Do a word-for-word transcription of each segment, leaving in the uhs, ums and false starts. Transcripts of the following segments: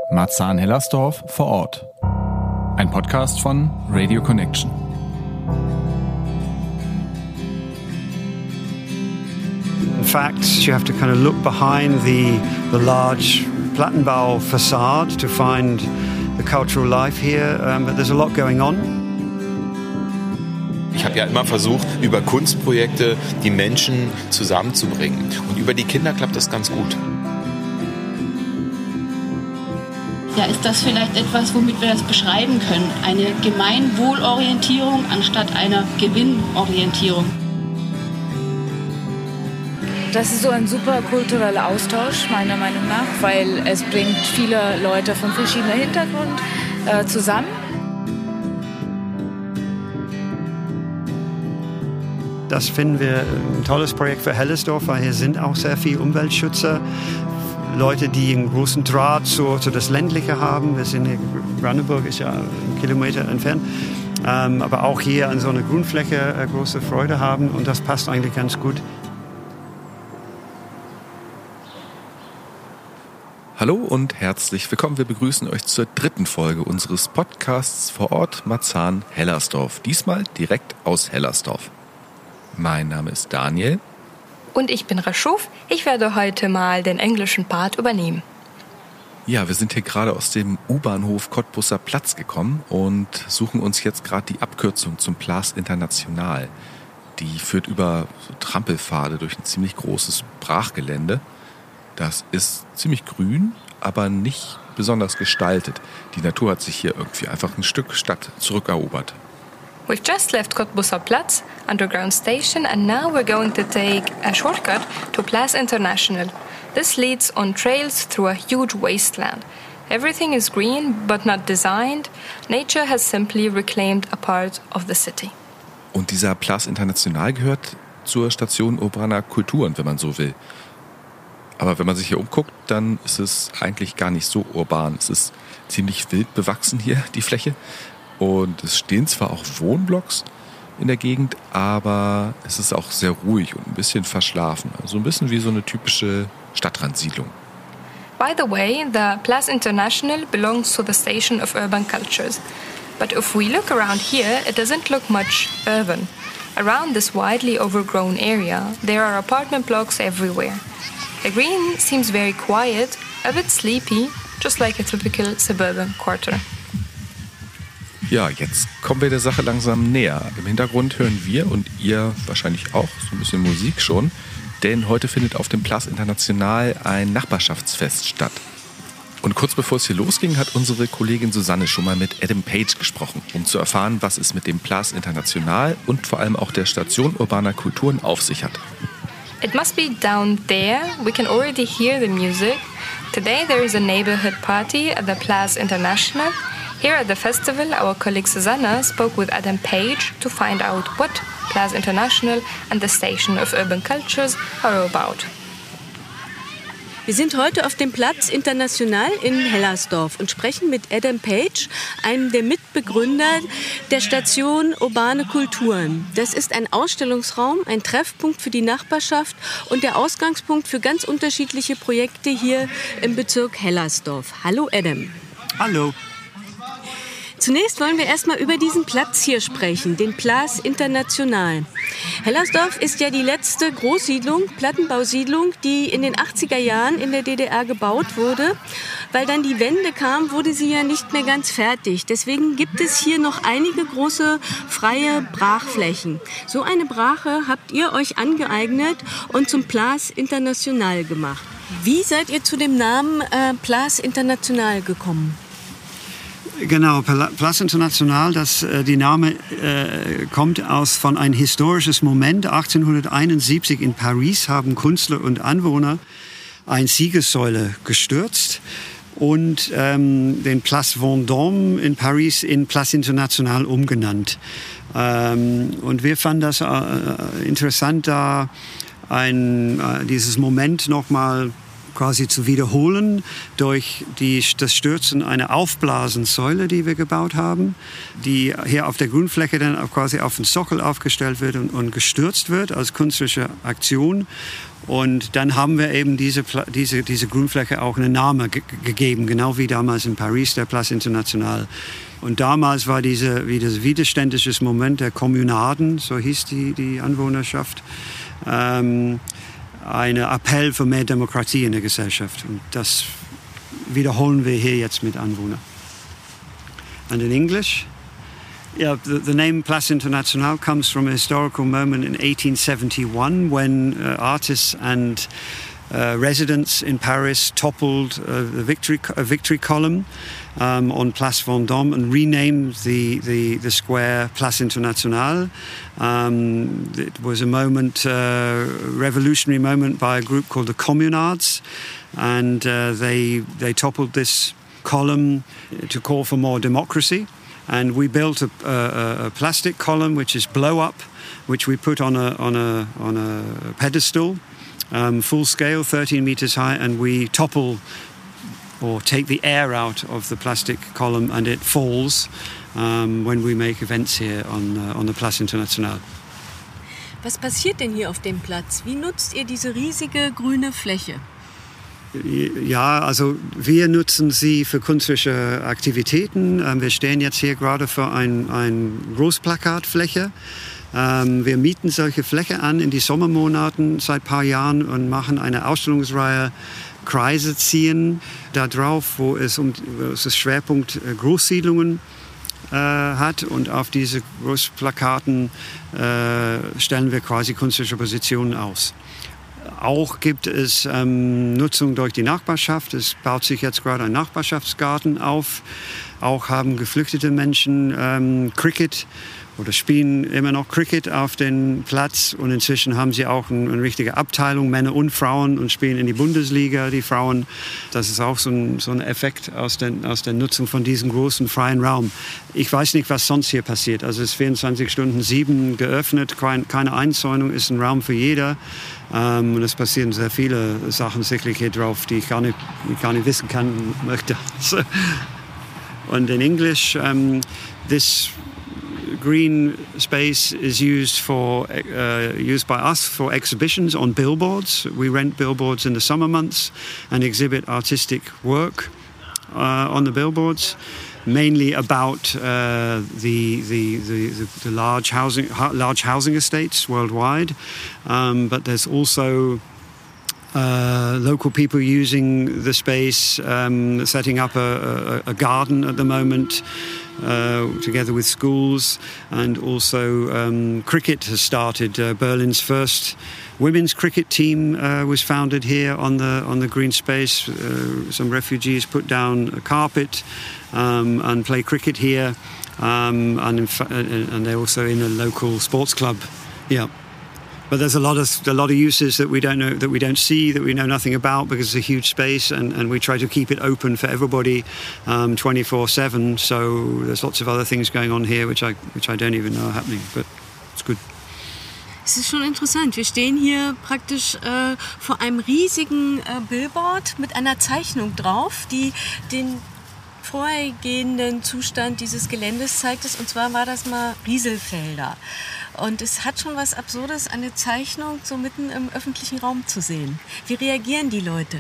Marzahn-Hellersdorf vor Ort. Ein Podcast von Radio Connection. In fact, you have to kind of look behind the, the large Plattenbau facade to find the cultural life here, um, but there's a lot going on. Ich habe ja immer versucht, über Kunstprojekte die Menschen zusammenzubringen. Und über die Kinder klappt das ganz gut. Ja, ist das vielleicht etwas, womit wir das beschreiben können? Eine Gemeinwohlorientierung anstatt einer Gewinnorientierung. Das ist so ein super kultureller Austausch, meiner Meinung nach, weil es bringt viele Leute von verschiedenen Hintergründen äh, zusammen. Das finden wir ein tolles Projekt für Hellersdorf, weil hier sind auch sehr viele Umweltschützer, Leute, die einen großen Draht zu, zu das Ländliche haben. Wir sind hier, Brandenburg ist ja einen Kilometer entfernt, ähm, aber auch hier an so einer Grünfläche äh, große Freude haben und das passt eigentlich ganz gut. Hallo und herzlich willkommen. Wir begrüßen euch zur dritten Folge unseres Podcasts vor Ort Marzahn-Hellersdorf. Diesmal direkt aus Hellersdorf. Mein Name ist Daniel. Und ich bin Rashuf. Ich werde heute mal den englischen Part übernehmen. Ja, wir sind hier gerade aus dem U-Bahnhof Cottbusser Platz gekommen und suchen uns jetzt gerade die Abkürzung zum Place International. Die führt über so Trampelpfade durch ein ziemlich großes Brachgelände. Das ist ziemlich grün, aber nicht besonders gestaltet. Die Natur hat sich hier irgendwie einfach ein Stück Stadt zurückerobert. We've just left Cottbusser Platz, underground station, and now we're going to take a shortcut to Place International. This leads on trails through a huge wasteland. Everything is green, but not designed. Nature has simply reclaimed a part of the city. Und dieser Place International gehört zur Station urbaner Kulturen, wenn man so will. Aber wenn man sich hier umguckt, dann ist es eigentlich gar nicht so urban. Es ist ziemlich wild bewachsen hier, die Fläche. Und es stehen zwar auch Wohnblocks in der Gegend, aber es ist auch sehr ruhig und ein bisschen verschlafen. Also ein bisschen wie so eine typische Stadtrandsiedlung. By the way, the Place International belongs to the Station of Urban Cultures. But if we look around here, it doesn't look much urban. Around this widely overgrown area, there are apartment blocks everywhere. The green seems very quiet, a bit sleepy, just like a typical suburban quarter. Ja, jetzt kommen wir der Sache langsam näher. Im Hintergrund hören wir und ihr wahrscheinlich auch so ein bisschen Musik schon, denn heute findet auf dem Place International ein Nachbarschaftsfest statt. Und kurz bevor es hier losging, hat unsere Kollegin Susanne schon mal mit Adam Page gesprochen, um zu erfahren, was es mit dem Place International und vor allem auch der Station urbaner Kulturen auf sich hat. It must be down there. We can already hear the music. Today there is a neighborhood party at the Place International. Here at the festival, our colleague Susanna spoke with Adam Page to find out what Place International and the Station of Urban Cultures are about. Wir sind heute auf dem Place International in Hellersdorf und sprechen mit Adam Page, einem der Mitbegründer der Station Urbane Kulturen. Das ist ein Ausstellungsraum, ein Treffpunkt für die Nachbarschaft und der Ausgangspunkt für ganz unterschiedliche Projekte hier im Bezirk Hellersdorf. Hallo Adam. Hallo. Zunächst wollen wir erstmal über diesen Platz hier sprechen, den Place International. Hellersdorf ist ja die letzte Großsiedlung, Plattenbausiedlung, die in den achtziger Jahren in der D D R gebaut wurde. Weil dann die Wende kam, wurde sie ja nicht mehr ganz fertig. Deswegen gibt es hier noch einige große freie Brachflächen. So eine Brache habt ihr euch angeeignet und zum Place International gemacht. Wie seid ihr zu dem Namen äh, Place International gekommen? Genau, Place International, das, äh, die Name äh, kommt aus von ein historisches Moment. achtzehnhunderteinundsiebzig in Paris haben Künstler und Anwohner eine Siegessäule gestürzt und ähm, den Place Vendôme in Paris in Place International umgenannt. Ähm, und wir fanden das äh, interessant, da ein, äh, dieses Moment nochmal quasi zu wiederholen durch die, das Stürzen einer Aufblasensäule, die wir gebaut haben, die hier auf der Grünfläche dann auch quasi auf den Sockel aufgestellt wird und, und gestürzt wird als künstlerische Aktion. Und dann haben wir eben diese, diese, diese Grünfläche auch einen Namen ge- gegeben, genau wie damals in Paris, der Place Internationale. Und damals war diese, wie das widerständisches Moment der Kommunaden, so hieß die, die Anwohnerschaft, ähm, ein Appell für mehr Demokratie in der Gesellschaft. Und das wiederholen wir hier jetzt mit Anwohnern. And in English? Yeah, the, the name Place Internationale comes from a historical moment in eighteen seventy-one when uh, artists and uh, residents in Paris toppled uh, the victory, a victory column um, on Place Vendôme and renamed the, the, the square Place Internationale. Um, it was a moment, uh, revolutionary moment by a group called the Communards, and uh, they, they toppled this column to call for more democracy. And we built a, a, a plastic column which is blow up, which we put on a on a on a pedestal, um, full scale, thirteen meters high, and we topple or take the air out of the plastic column, and it falls um, when we make events here on uh, on the Place Internationale. Was passiert denn hier auf dem Platz? Wie nutzt ihr diese riesige grüne Fläche? Ja, also wir nutzen sie für künstlerische Aktivitäten. Wir stehen jetzt hier gerade für ein, ein Großplakatfläche. Wir mieten solche Fläche an in die Sommermonaten seit ein paar Jahren und machen eine Ausstellungsreihe Kreise ziehen da drauf, wo es um das Schwerpunkt Großsiedlungen äh, hat. Und auf diese Großplakaten äh, stellen wir quasi künstlerische Positionen aus. Auch gibt es ähm, Nutzung durch die Nachbarschaft. Es baut sich jetzt gerade ein Nachbarschaftsgarten auf. Auch haben geflüchtete Menschen ähm, Cricket oder spielen immer noch Cricket auf dem Platz. Und inzwischen haben sie auch eine, eine richtige Abteilung, Männer und Frauen, und spielen in die Bundesliga, die Frauen. Das ist auch so ein, so ein Effekt aus der, aus der Nutzung von diesem großen freien Raum. Ich weiß nicht, was sonst hier passiert. Also es ist vierundzwanzig Stunden sieben geöffnet, keine Einzäunung, ist ein Raum für jeder. Um, und es passieren sehr viele Sachen sicherlich hier drauf, die ich gar nicht, ich gar nicht wissen kann und möchte. So. Und in English, um, this green space is used for uh, used by us for exhibitions on billboards. We rent billboards in the summer months and exhibit artistic work uh, on the billboards. Mainly about uh, the, the, the, the large housing large housing estates worldwide, um, but there's also uh, local people using the space, um, setting up a, a, a garden at the moment, uh, together with schools, and also um, cricket has started. Uh, Berlin's first women's cricket team uh, was founded here on the on the green space. Uh, some refugees put down a carpet um, and play cricket here, um, and in fa- and they're also in a local sports club. Yeah, but there's a lot of a lot of uses that we don't know, that we don't see, that we know nothing about, because it's a huge space, and, and we try to keep it open for everybody, um, twenty-four seven. So there's lots of other things going on here which I which I don't even know are happening, but it's good. Es ist schon interessant. Wir stehen hier praktisch äh, vor einem riesigen äh, Billboard mit einer Zeichnung drauf, die den vorhergehenden Zustand dieses Geländes zeigt. Und zwar war das mal Rieselfelder. Und es hat schon was Absurdes, eine Zeichnung so mitten im öffentlichen Raum zu sehen. Wie reagieren die Leute?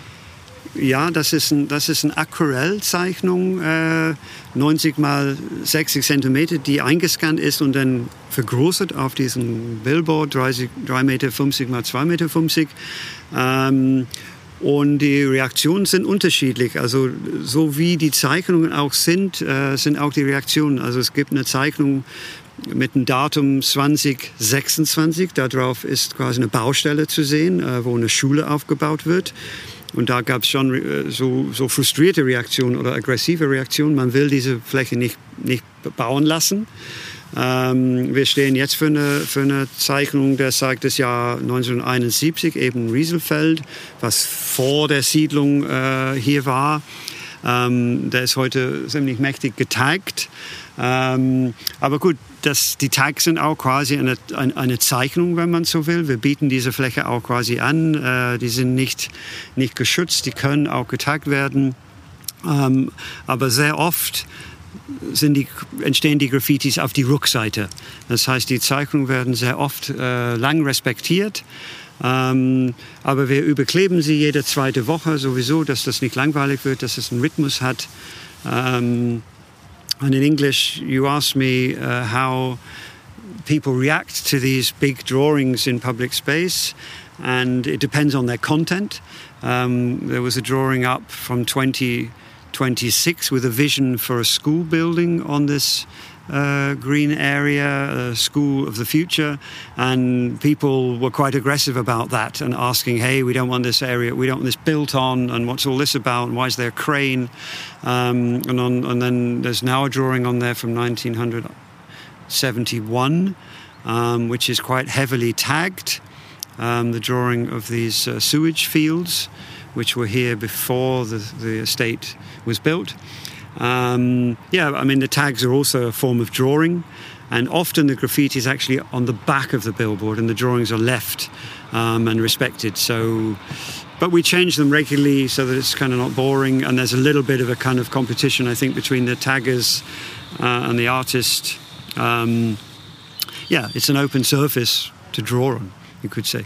Ja, das ist, ein, das ist eine Aquarellzeichnung, äh, neunzig mal sechzig Zentimeter, die eingescannt ist und dann vergrößert auf diesem Billboard, drei Meter fünfzig mal zwei Meter fünfzig. Ähm, und die Reaktionen sind unterschiedlich. Also so wie die Zeichnungen auch sind, äh, sind auch die Reaktionen. Also es gibt eine Zeichnung mit dem Datum zwanzig sechsundzwanzig. Darauf ist quasi eine Baustelle zu sehen, äh, wo eine Schule aufgebaut wird. Und da gab es schon äh, so, so frustrierte Reaktionen oder aggressive Reaktionen. Man will diese Fläche nicht, nicht bauen lassen. Ähm, wir stehen jetzt für eine, für eine Zeichnung, der sagt das Jahr neunzehnhunderteinundsiebzig, eben Rieselfeld, was vor der Siedlung äh, hier war. Ähm, der ist heute ziemlich mächtig getaggt. Ähm, aber gut, das, die Tags sind auch quasi eine, eine, eine Zeichnung, wenn man so will. Wir bieten diese Fläche auch quasi an. Äh, die sind nicht, nicht geschützt, die können auch getaggt werden. Ähm, aber sehr oft sind die, entstehen die Graffitis auf die Rückseite. Das heißt, die Zeichnungen werden sehr oft äh, lang respektiert. Ähm, aber wir überkleben sie jede zweite Woche sowieso, dass das nicht langweilig wird, dass es einen Rhythmus hat. Um, and in English, you asked me uh, how people react to these big drawings in public space, and it depends on their content. Um, there was a drawing up from twenty twenty-six with a vision for a school building on this uh, green area, a school of the future, and people were quite aggressive about that and asking, hey, we don't want this area, we don't want this built on, and what's all this about, and why is there a crane? Um, and, on, and then there's now a drawing on there from nineteen seventy-one, um, which is quite heavily tagged, um, the drawing of these uh, sewage fields, which were here before the, the estate was built. Um, yeah, I mean, the tags are also a form of drawing, and often the graffiti is actually on the back of the billboard and the drawings are left um, and respected. So, but we change them regularly so that it's kind of not boring, and there's a little bit of a kind of competition, I think, between the taggers uh, and the artist. Um, yeah, it's an open surface to draw on, you could say.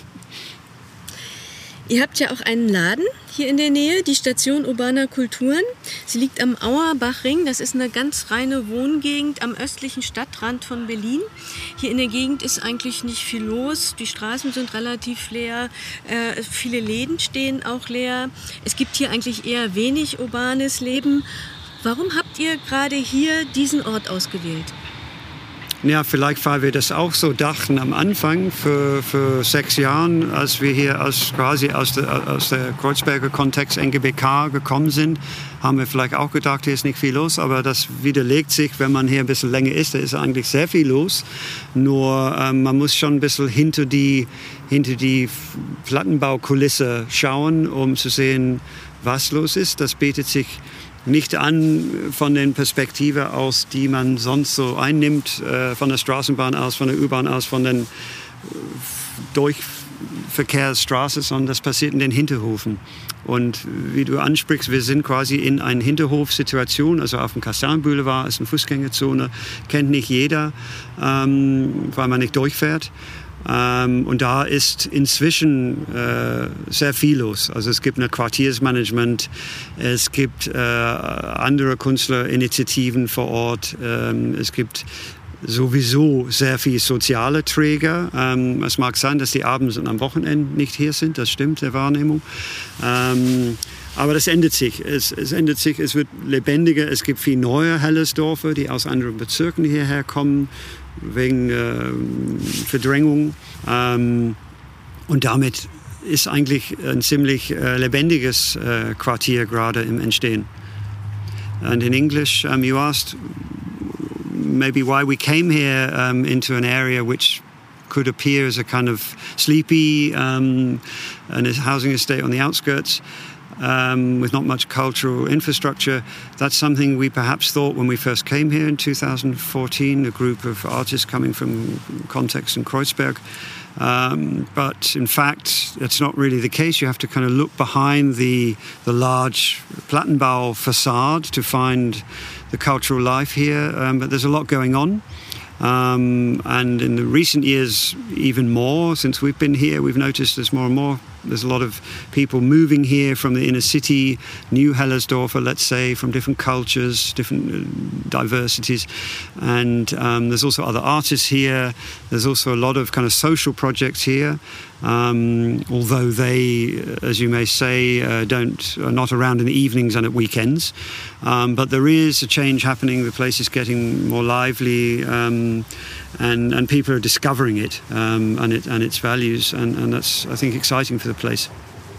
Ihr habt ja auch einen Laden hier in der Nähe, die Station Urbaner Kulturen. Sie liegt am Auerbachring. Das ist eine ganz reine Wohngegend am östlichen Stadtrand von Berlin. Hier in der Gegend ist eigentlich nicht viel los. Die Straßen sind relativ leer. Äh, viele Läden stehen auch leer. Es gibt hier eigentlich eher wenig urbanes Leben. Warum habt ihr gerade hier diesen Ort ausgewählt? Ja, vielleicht, weil wir das auch so dachten am Anfang, für, für sechs Jahren, als wir hier aus, quasi aus der, aus der Kreuzberger Kontext N G B K gekommen sind, haben wir vielleicht auch gedacht, hier ist nicht viel los, aber das widerlegt sich, wenn man hier ein bisschen länger ist, da ist eigentlich sehr viel los. Nur ähm, man muss schon ein bisschen hinter die, hinter die Plattenbaukulisse schauen, um zu sehen, was los ist. Das bietet sich nicht an von den Perspektiven aus, die man sonst so einnimmt, äh, von der Straßenbahn aus, von der U-Bahn aus, von den Durchverkehrsstraßen, sondern das passiert in den Hinterhofen. Und wie du ansprichst, wir sind quasi in einer Hinterhofsituation, also auf dem Kastanienboulevard ist eine Fußgängerzone, kennt nicht jeder, ähm, weil man nicht durchfährt. Ähm, und da ist inzwischen äh, sehr viel los. Also es gibt ein Quartiersmanagement, es gibt äh, andere Künstlerinitiativen vor Ort, ähm, es gibt sowieso sehr viele soziale Träger. Ähm, es mag sein, dass die abends und am Wochenende nicht hier sind, das stimmt, der Wahrnehmung. Ähm, aber das ändert sich. Es, es ändert sich, es wird lebendiger. Es gibt viele neue Hellersdorfer, die aus anderen Bezirken hierher kommen, wegen äh, Verdrängung. Ähm, und damit ist eigentlich ein ziemlich äh, lebendiges äh, Quartier gerade im Entstehen. And in English, um, you asked maybe why we came here um, into an area which could appear as a kind of sleepy um, and a housing estate on the outskirts. Um, with not much cultural infrastructure. That's something we perhaps thought when we first came here in two thousand fourteen, a group of artists coming from Kontext in Kreuzberg. Um, but in fact, it's not really the case. You have to kind of look behind the, the large Plattenbau facade to find the cultural life here. Um, but there's a lot going on. Um, and in the recent years, even more, since we've been here, we've noticed there's more and more. There's a lot of people moving here from the inner city, new Hellersdorfer, let's say, from different cultures, different uh, diversities. And um, there's also other artists here. There's also a lot of kind of social projects here. Um, although they, as you may say, uh, don't are not around in the evenings and at weekends. Um, but there is a change happening. The place is getting more lively, um, and and people are discovering it um, and it and its values, and, and that's, I think, exciting for the place.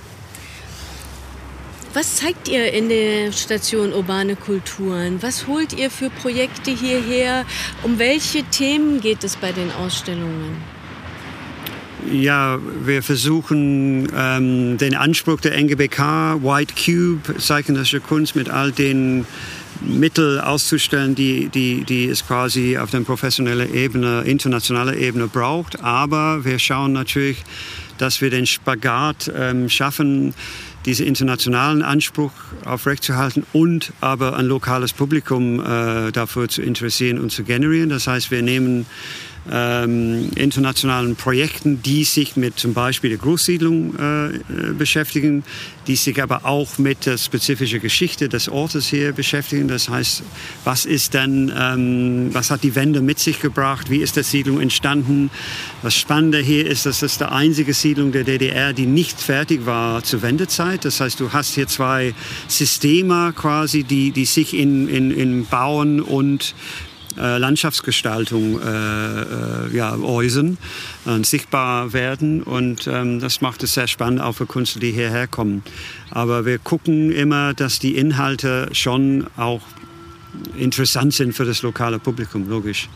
Was zeigt ihr in der Station Urbane Kulturen? Was holt ihr für Projekte hierher? Um welche Themen geht es bei den Ausstellungen? Ja, wir versuchen ähm, den Anspruch der N G B K, White Cube, zeichentische Kunst mit all den Mitteln auszustellen, die, die, die es quasi auf der professionellen Ebene, internationaler Ebene braucht. Aber wir schauen natürlich, dass wir den Spagat ähm, schaffen, diesen internationalen Anspruch aufrechtzuerhalten und aber ein lokales Publikum äh, dafür zu interessieren und zu generieren. Das heißt, wir nehmen ähm, internationalen Projekten, die sich mit zum Beispiel der Großsiedlung äh, beschäftigen, die sich aber auch mit der spezifischen Geschichte des Ortes hier beschäftigen. Das heißt, was ist denn, ähm, was hat die Wende mit sich gebracht? Wie ist die Siedlung entstanden? Das Spannende hier ist, dass das die einzige Siedlung der D D R, die nicht fertig war zur Wendezeit. Das heißt, du hast hier zwei Systeme quasi, die, die sich in, in, in Bauen und Äh, Landschaftsgestaltung äh, äh, ja, äußern und sichtbar werden. Und ähm, das macht es sehr spannend, auch für Künstler, die hierher kommen. Aber wir gucken immer, dass die Inhalte schon auch interessant sind für das lokale Publikum, logisch.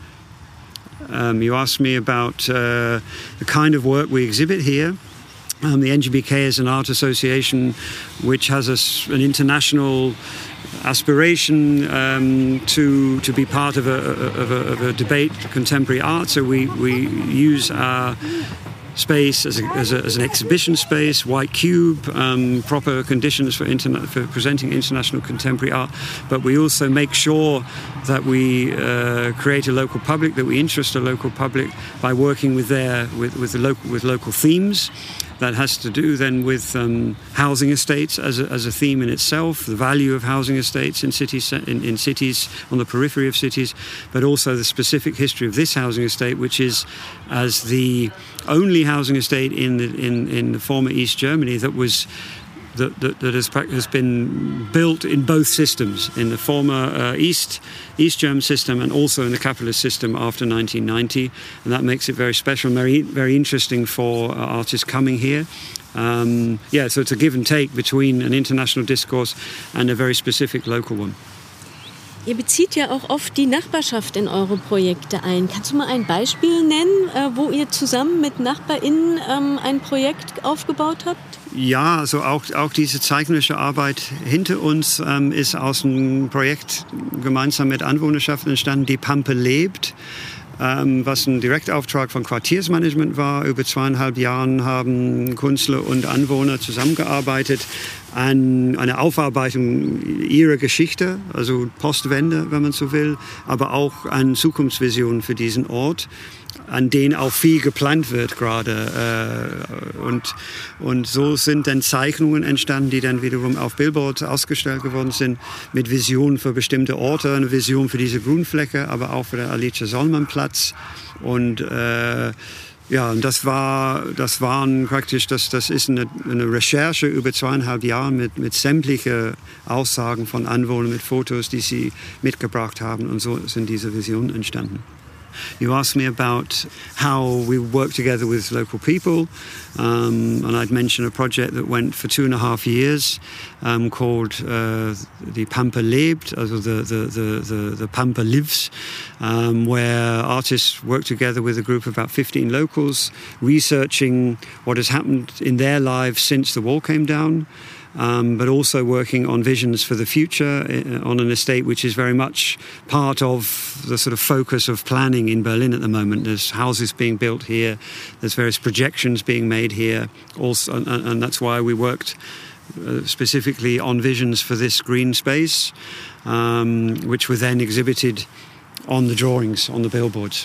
Um, you asked me about uh, the kind of work we exhibit here. Um, the N G B K is an art association which has a, an international aspiration um, to to be part of a, of a, of a debate, contemporary art. So we, we use our space as, a, as, a, as an exhibition space, white cube, um, proper conditions for, interna- for presenting international contemporary art. But we also make sure that we uh, create a local public, that we interest a local public by working with their with with the local with local themes. That has to do then with um, housing estates as a, as a theme in itself, the value of housing estates in cities, in, in cities, on the periphery of cities, but also the specific history of this housing estate, which is as the only housing estate in the, in, in the former East Germany that was that, that, that has, has been built in both systems, in the former uh, East East German system and also in the capitalist system after nineteen ninety, and that makes it very special and very, very interesting for uh, artists coming here. Um, yeah, so it's a give and take between an international discourse and a very specific local one. Ihr bezieht ja auch oft die Nachbarschaft in eure Projekte ein. Kannst du mal ein Beispiel nennen, wo ihr zusammen mit NachbarInnen ähm, ein Projekt aufgebaut habt? Ja, also auch, auch diese zeichnerische Arbeit hinter uns ähm, ist aus einem Projekt gemeinsam mit Anwohnerschaften entstanden, die Pampe lebt. Ähm, was ein Direktauftrag von Quartiersmanagement war. Über zweieinhalb Jahren haben Künstler und Anwohner zusammengearbeitet an einer Aufarbeitung ihrer Geschichte, also Postwende, wenn man so will, aber auch an Zukunftsvisionen für diesen Ort, an denen auch viel geplant wird gerade. Und, und so sind dann Zeichnungen entstanden, die dann wiederum auf Billboards ausgestellt geworden sind, mit Visionen für bestimmte Orte, eine Vision für diese Grünfläche, aber auch für den Alice-Sollmann-Platz. Und äh, ja, und das war, das waren praktisch, das, das ist eine, eine Recherche über zweieinhalb Jahre mit, mit sämtlichen Aussagen von Anwohnern, mit Fotos, die sie mitgebracht haben. Und so sind diese Visionen entstanden. You asked me about how we work together with local people, um, and I'd mentioned a project that went for two and a half years um, called uh, the Pampa lebt, also the, the, the, the, the Pampa lives, um, where artists work together with a group of about fifteen locals, researching what has happened in their lives since the wall came down. Um, but also working on visions for the future uh, on an estate which is very much part of the sort of focus of planning in Berlin at the moment. There's houses being built here, there's various projections being made here, also, and, and that's why we worked uh, specifically on visions for this green space, um, which were then exhibited on the drawings, on the billboards.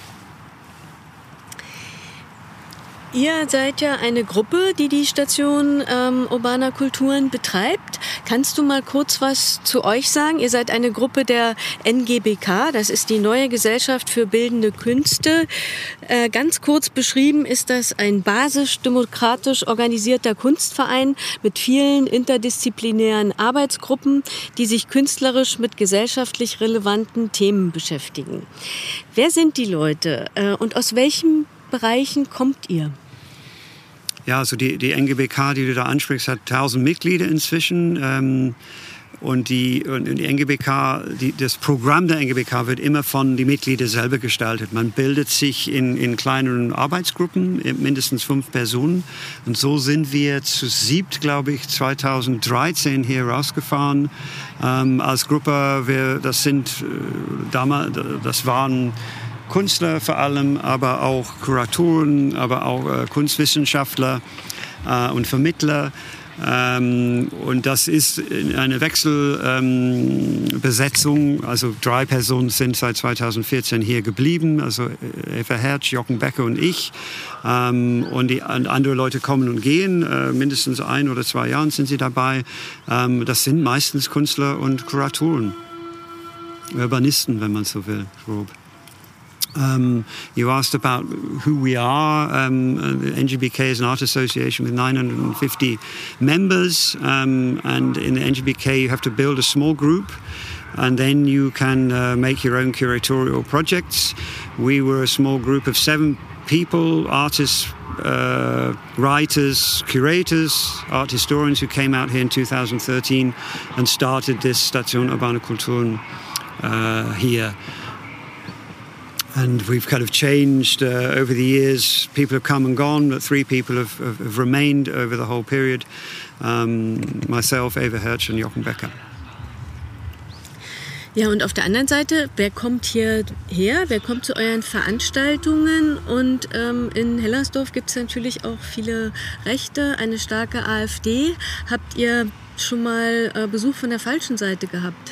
Ihr seid ja eine Gruppe, die die Station ähm, Urbaner Kulturen betreibt. Kannst du mal kurz was zu euch sagen? Ihr seid eine Gruppe der N G B K, das ist die Neue Gesellschaft für Bildende Künste. Äh, ganz kurz beschrieben ist das ein basisch-demokratisch organisierter Kunstverein mit vielen interdisziplinären Arbeitsgruppen, die sich künstlerisch mit gesellschaftlich relevanten Themen beschäftigen. Wer sind die Leute äh, und aus welchen Bereichen kommt ihr? Ja, also die, die N G B K, die du da ansprichst, hat tausend Mitglieder inzwischen. Ähm, und, die, und die N G B K, die, das Programm der N G B K wird immer von den Mitgliedern selber gestaltet. Man bildet sich in, in kleineren Arbeitsgruppen, mindestens fünf Personen. Und so sind wir zu siebt, glaube ich, zweitausenddreizehn hier rausgefahren ähm, als Gruppe. Wir, das sind äh, damals, das waren Künstler vor allem, aber auch Kuratoren, aber auch äh, Kunstwissenschaftler äh, und Vermittler. Ähm, und das ist eine Wechselbesetzung. Ähm, also drei Personen sind seit zweitausendvierzehn hier geblieben. Also Eva Hertz, Jochen Becker und ich. Ähm, und, die, und andere Leute kommen und gehen. Äh, mindestens ein oder zwei Jahren sind sie dabei. Ähm, das sind meistens Künstler und Kuratoren. Urbanisten, wenn man so will, grob. Um, you asked about who we are. Um, uh, the N G B K is an art association with nine hundred fifty members, um, and in the N G B K you have to build a small group, and then you can uh, make your own curatorial projects. We were a small group of seven people, artists, uh, writers, curators, art historians who came out here in two thousand thirteen and started this Station Urbane Kulturen uh, here. And we've kind of changed uh, over the years. People have come and gone, but three people have, have, have remained over the whole period. Um, myself, Eva Hertz und Jochen Becker. Ja, und auf der anderen Seite, wer kommt hierher? Wer kommt zu euren Veranstaltungen? Und ähm, in Hellersdorf gibt es natürlich auch viele Rechte, eine starke AfD. Habt ihr schon mal äh, Besuch von der falschen Seite gehabt?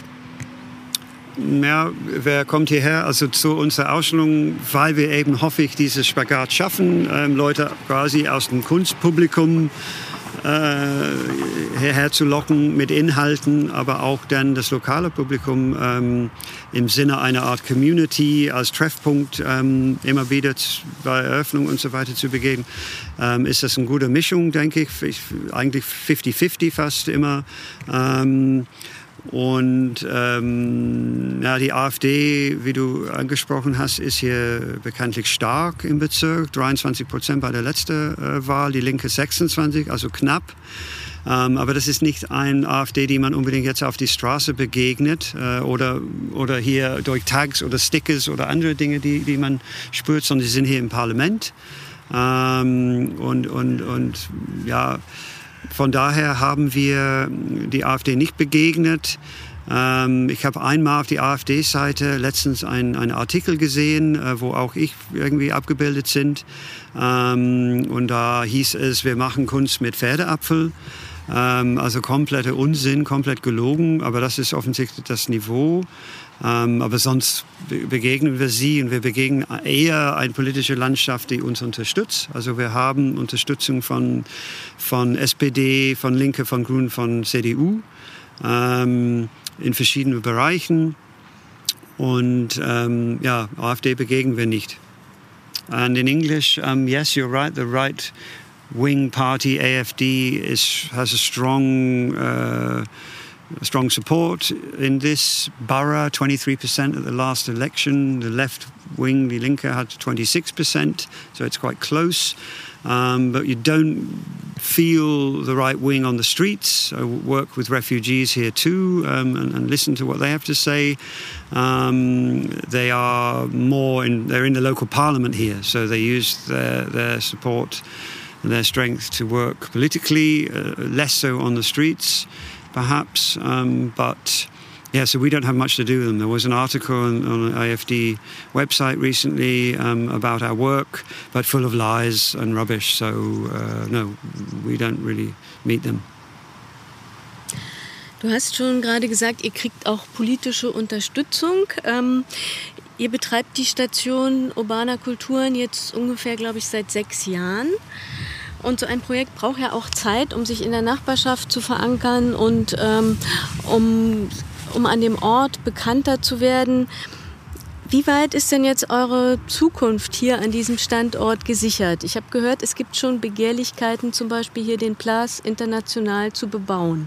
Ja, wer kommt hierher? Also zu unserer Ausstellung, weil wir eben, hoffe ich, dieses Spagat schaffen, ähm, Leute quasi aus dem Kunstpublikum äh, hierher zu locken mit Inhalten, aber auch dann das lokale Publikum ähm, im Sinne einer Art Community als Treffpunkt ähm, immer wieder bei Eröffnung und so weiter zu begeben, ähm, ist das eine gute Mischung, denke ich. ich eigentlich fifty fifty fast immer. Ähm, Und ähm, ja, die AfD, wie du angesprochen hast, ist hier bekanntlich stark im Bezirk. dreiundzwanzig Prozent bei der letzten äh, Wahl, die Linke sechsundzwanzig, also knapp. Ähm, aber das ist nicht eine AfD, die man unbedingt jetzt auf die Straße begegnet äh, oder, oder hier durch Tags oder Stickers oder andere Dinge, die, die man spürt, sondern sie sind hier im Parlament. Ähm, und, und, und ja... Von daher haben wir die AfD nicht begegnet. Ähm, ich habe einmal auf die AfD-Seite letztens einen, einen Artikel gesehen, äh, wo auch ich irgendwie abgebildet sind. Ähm, und da hieß es, wir machen Kunst mit Pferdeapfel. Ähm, also kompletter Unsinn, komplett gelogen. Aber das ist offensichtlich das Niveau. Ähm, aber sonst begegnen wir sie und wir begegnen eher eine politische Landschaft, die uns unterstützt. Also wir haben Unterstützung von, von S P D, von Linke, von Grünen, von C D U ähm, in verschiedenen Bereichen. Und ähm, ja, AfD begegnen wir nicht. And in English, um, yes, you're right, the right-wing party, A F D, is, has a strong... Uh, strong support in this borough, twenty-three percent at the last election. The left wing, the Linke, had twenty-six percent, so it's quite close. Um, but you don't feel the right wing on the streets. I work with refugees here too um, and, and listen to what they have to say. Um, they are more in, they're in the local parliament here, so they use their, their support and their strength to work politically, uh, less so on the streets. Perhaps, um, but yeah, so we don't have much to do with them. There was an article on, on an A F D website recently um, about our work, but full of lies and rubbish. So uh, no, we don't really meet them. Du hast schon gerade gesagt, ihr kriegt auch politische Unterstützung. Ähm, ihr betreibt die Station Urbane Kulturen jetzt ungefähr, glaube ich, seit sechs Jahren. Und so ein Projekt braucht ja auch Zeit, um sich in der Nachbarschaft zu verankern und ähm, um, um an dem Ort bekannter zu werden. Wie weit ist denn jetzt eure Zukunft hier an diesem Standort gesichert? Ich habe gehört, es gibt schon Begehrlichkeiten, zum Beispiel hier den Place International zu bebauen.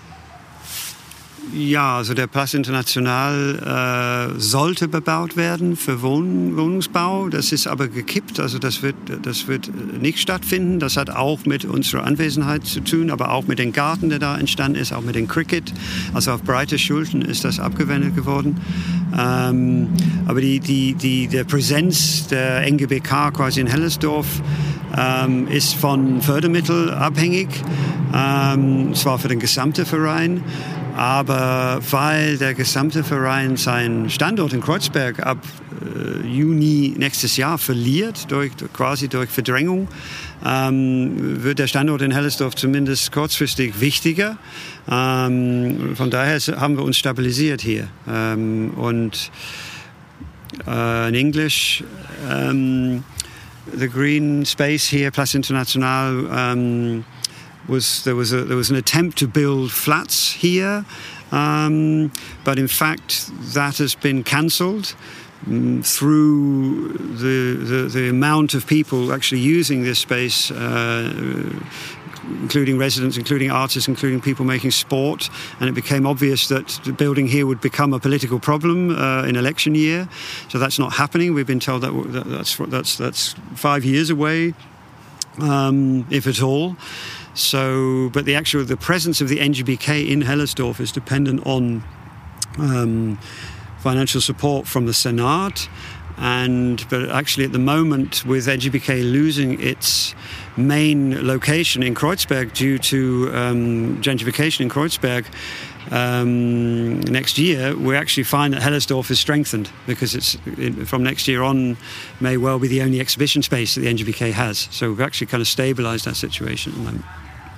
Ja, also der Place International äh, sollte bebaut werden für Wohn- Wohnungsbau. Das ist aber gekippt, also das wird, das wird nicht stattfinden. Das hat auch mit unserer Anwesenheit zu tun, aber auch mit dem Garten, der da entstanden ist, auch mit dem Cricket. Also auf breite Schultern ist das abgewendet geworden. Ähm, aber die, die, die, der Präsenz der N G B K quasi in Hellersdorf ähm, ist von Fördermitteln abhängig, ähm, zwar für den gesamten Verein. Aber weil der gesamte Verein seinen Standort in Kreuzberg ab, Juni nächstes Jahr verliert, durch, quasi durch Verdrängung, ähm, wird der Standort in Hellersdorf zumindest kurzfristig wichtiger. Ähm, von daher haben wir uns stabilisiert hier. Ähm, und uh, in English, um, the green space here, Place Internationale, um, was there was a, there was an attempt to build flats here. Um, but in fact, that has been cancelled um, through the, the, the amount of people actually using this space, uh, including residents, including artists, including people making sport. And it became obvious that the building here would become a political problem uh, in election year. So that's not happening. We've been told that that's, that's, that's five years away, um, if at all. So, but the actual the presence of the N G B K in Hellersdorf is dependent on um, financial support from the Senate, and but actually at the moment, with N G B K losing its main location in Kreuzberg due to um, gentrification in Kreuzberg um, next year, we actually find that Hellersdorf is strengthened because it's it, from next year on may well be the only exhibition space that the N G B K has. So we've actually kind of stabilised that situation at the moment.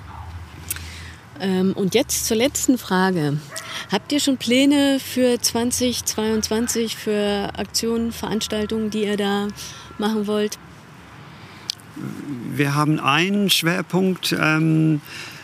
Ähm, und jetzt zur letzten Frage. Habt ihr schon Pläne für zwanzig zweiundzwanzig, für Aktionen, Veranstaltungen, die ihr da machen wollt? Wir haben einen Schwerpunkt, ähm,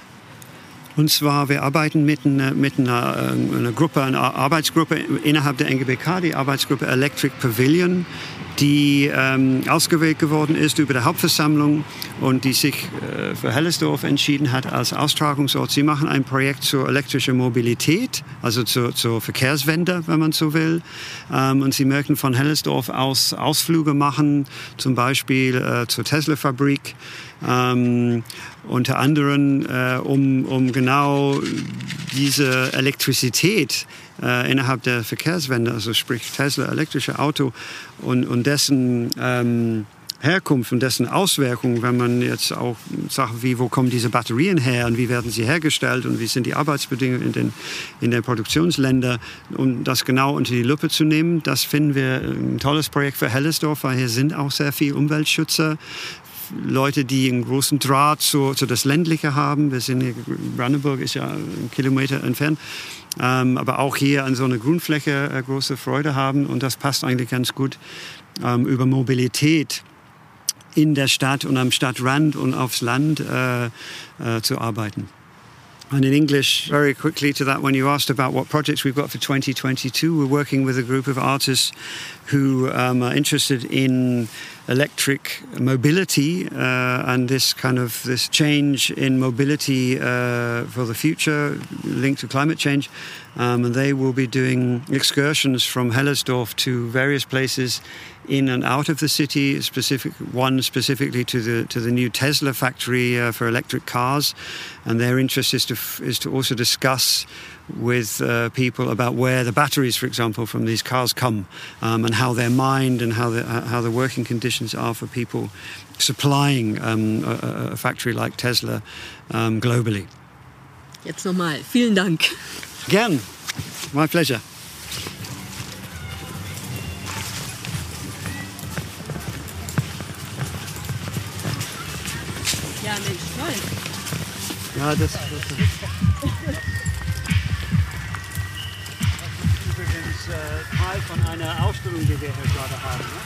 und zwar wir arbeiten mit einer, mit einer, einer Gruppe, einer Arbeitsgruppe innerhalb der N G B K, die Arbeitsgruppe Electric Pavilion, die ähm, ausgewählt geworden ist über die Hauptversammlung und die sich äh, für Hellersdorf entschieden hat als Austragungsort. Sie machen ein Projekt zur elektrischen Mobilität, also zur, zur Verkehrswende, wenn man so will. Ähm, und sie möchten von Hellersdorf aus Ausflüge machen, zum Beispiel äh, zur Tesla-Fabrik. Ähm, unter anderem, äh, um, um genau diese Elektrizität äh, innerhalb der Verkehrswende, also sprich Tesla, elektrische Auto und, und dessen ähm, Herkunft und dessen Auswirkungen, wenn man jetzt auch sagt, wie, wo kommen diese Batterien her und wie werden sie hergestellt und wie sind die Arbeitsbedingungen in den, in den Produktionsländern, um das genau unter die Lupe zu nehmen. Das finden wir ein tolles Projekt für Hellersdorf, weil hier sind auch sehr viele Umweltschützer, Leute, die einen großen Draht zu, zu das Ländliche haben. Wir sind hier, Brandenburg ist ja einen Kilometer entfernt, ähm, aber auch hier an so einer Grünfläche äh, große Freude haben und das passt eigentlich ganz gut ähm, über Mobilität in der Stadt und am Stadtrand und aufs Land äh, äh, zu arbeiten. And in English, very quickly to that, when you asked about what projects we've got for twenty twenty-two, we're working with a group of artists who um, are interested in electric mobility uh, and this kind of this change in mobility uh, for the future linked to climate change. Um, and they will be doing excursions from Hellersdorf to various places in and out of the city. Specific one specifically to the to the new Tesla factory uh, for electric cars, and their interest is to is to also discuss with uh, people about where the batteries, for example, from these cars come, um, and how they're mined and how the how the working conditions are for people supplying um, a, a factory like Tesla um, globally. Jetzt nochmal, vielen Dank. Gern, my pleasure. Ja, Mensch, toll. Ja, das, das, das ist übrigens äh, Teil von einer Ausstellung, die wir hier gerade haben. Ne?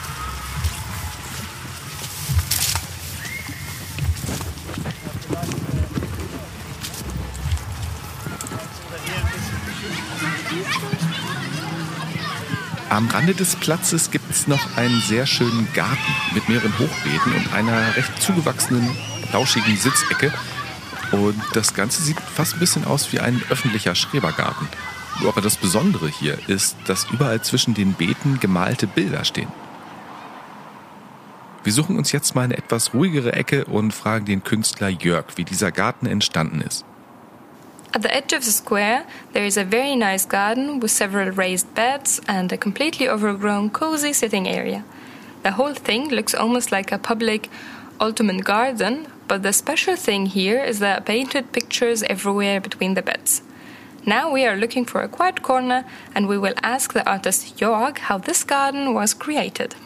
Am Rande des Platzes gibt es noch einen sehr schönen Garten mit mehreren Hochbeeten und einer recht zugewachsenen, lauschigen Sitzecke. Und das Ganze sieht fast ein bisschen aus wie ein öffentlicher Schrebergarten. Aber das Besondere hier ist, dass überall zwischen den Beeten gemalte Bilder stehen. Wir suchen uns jetzt mal eine etwas ruhigere Ecke und fragen den Künstler Jörg, wie dieser Garten entstanden ist. At the edge of the square, there is a very nice garden with several raised beds and a completely overgrown, cozy sitting area. The whole thing looks almost like a public Ottoman garden, but the special thing here is the painted pictures everywhere between the beds. Now we are looking for a quiet corner and we will ask the artist Jörg how this garden was created.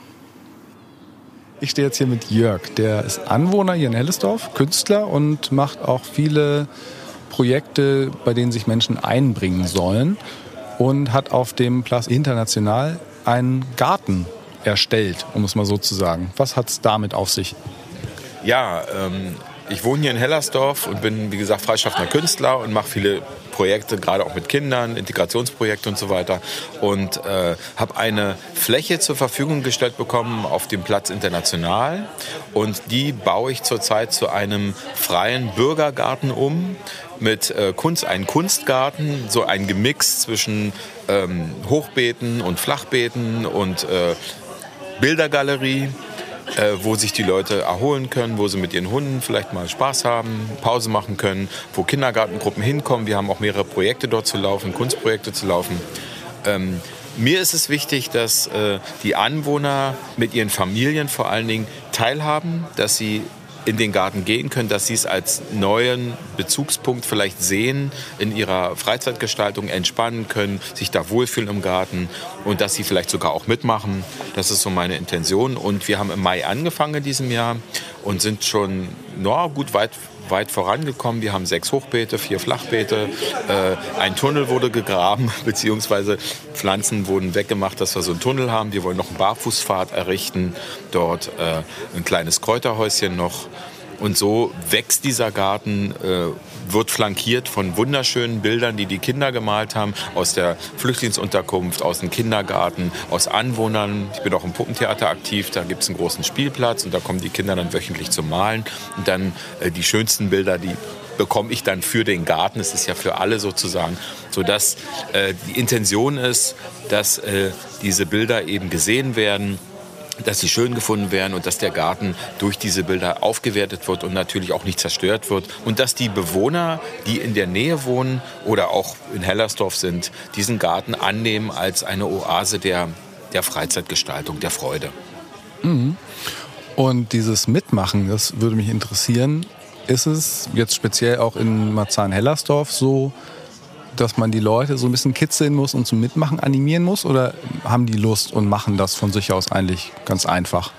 Ich stehe jetzt hier mit Jörg, der ist Anwohner hier in Hellersdorf, Künstler und macht auch viele Projekte, bei denen sich Menschen einbringen sollen und hat auf dem Place International einen Garten erstellt, um es mal so zu sagen. Was hat es damit auf sich? Ja, ähm, ich wohne hier in Hellersdorf und bin, wie gesagt, freischaffender Künstler und mache viele Projekte, gerade auch mit Kindern, Integrationsprojekte und so weiter. Und äh, habe eine Fläche zur Verfügung gestellt bekommen auf dem Platz International. Und die baue ich zurzeit zu einem freien Bürgergarten um. Mit äh, Kunst, einen Kunstgarten, so ein Gemix zwischen ähm, Hochbeeten und Flachbeeten und äh, Bildergalerie, äh, wo sich die Leute erholen können, wo sie mit ihren Hunden vielleicht mal Spaß haben, Pause machen können, wo Kindergartengruppen hinkommen. Wir haben auch mehrere Projekte dort zu laufen, Kunstprojekte zu laufen. Ähm, mir ist es wichtig, dass äh, die Anwohner mit ihren Familien vor allen Dingen teilhaben, dass sie in den Garten gehen können, dass sie es als neuen Bezugspunkt vielleicht sehen, in ihrer Freizeitgestaltung entspannen können, sich da wohlfühlen im Garten und dass sie vielleicht sogar auch mitmachen. Das ist so meine Intention. Und wir haben im Mai angefangen in diesem Jahr und sind schon no, gut weit weit vorangekommen. Wir haben sechs Hochbeete, vier Flachbeete, äh, ein Tunnel wurde gegraben, beziehungsweise Pflanzen wurden weggemacht, dass wir so einen Tunnel haben. Wir wollen noch einen Barfußpfad errichten, dort äh, ein kleines Kräuterhäuschen noch. Und so wächst dieser Garten, äh, wird flankiert von wunderschönen Bildern, die die Kinder gemalt haben, aus der Flüchtlingsunterkunft, aus dem Kindergarten, aus Anwohnern. Ich bin auch im Puppentheater aktiv, da gibt es einen großen Spielplatz und da kommen die Kinder dann wöchentlich zum Malen. Und dann äh, die schönsten Bilder, die bekomme ich dann für den Garten. Es ist ja für alle sozusagen, sodass äh, die Intention ist, dass äh, diese Bilder eben gesehen werden, dass sie schön gefunden werden und dass der Garten durch diese Bilder aufgewertet wird und natürlich auch nicht zerstört wird. Und dass die Bewohner, die in der Nähe wohnen oder auch in Hellersdorf sind, diesen Garten annehmen als eine Oase der, der Freizeitgestaltung, der Freude. Mhm. Und dieses Mitmachen, das würde mich interessieren. Ist es jetzt speziell auch in Marzahn-Hellersdorf so, dass man die Leute so ein bisschen kitzeln muss und zum Mitmachen animieren muss? Oder haben die Lust und machen das von sich aus eigentlich ganz einfach?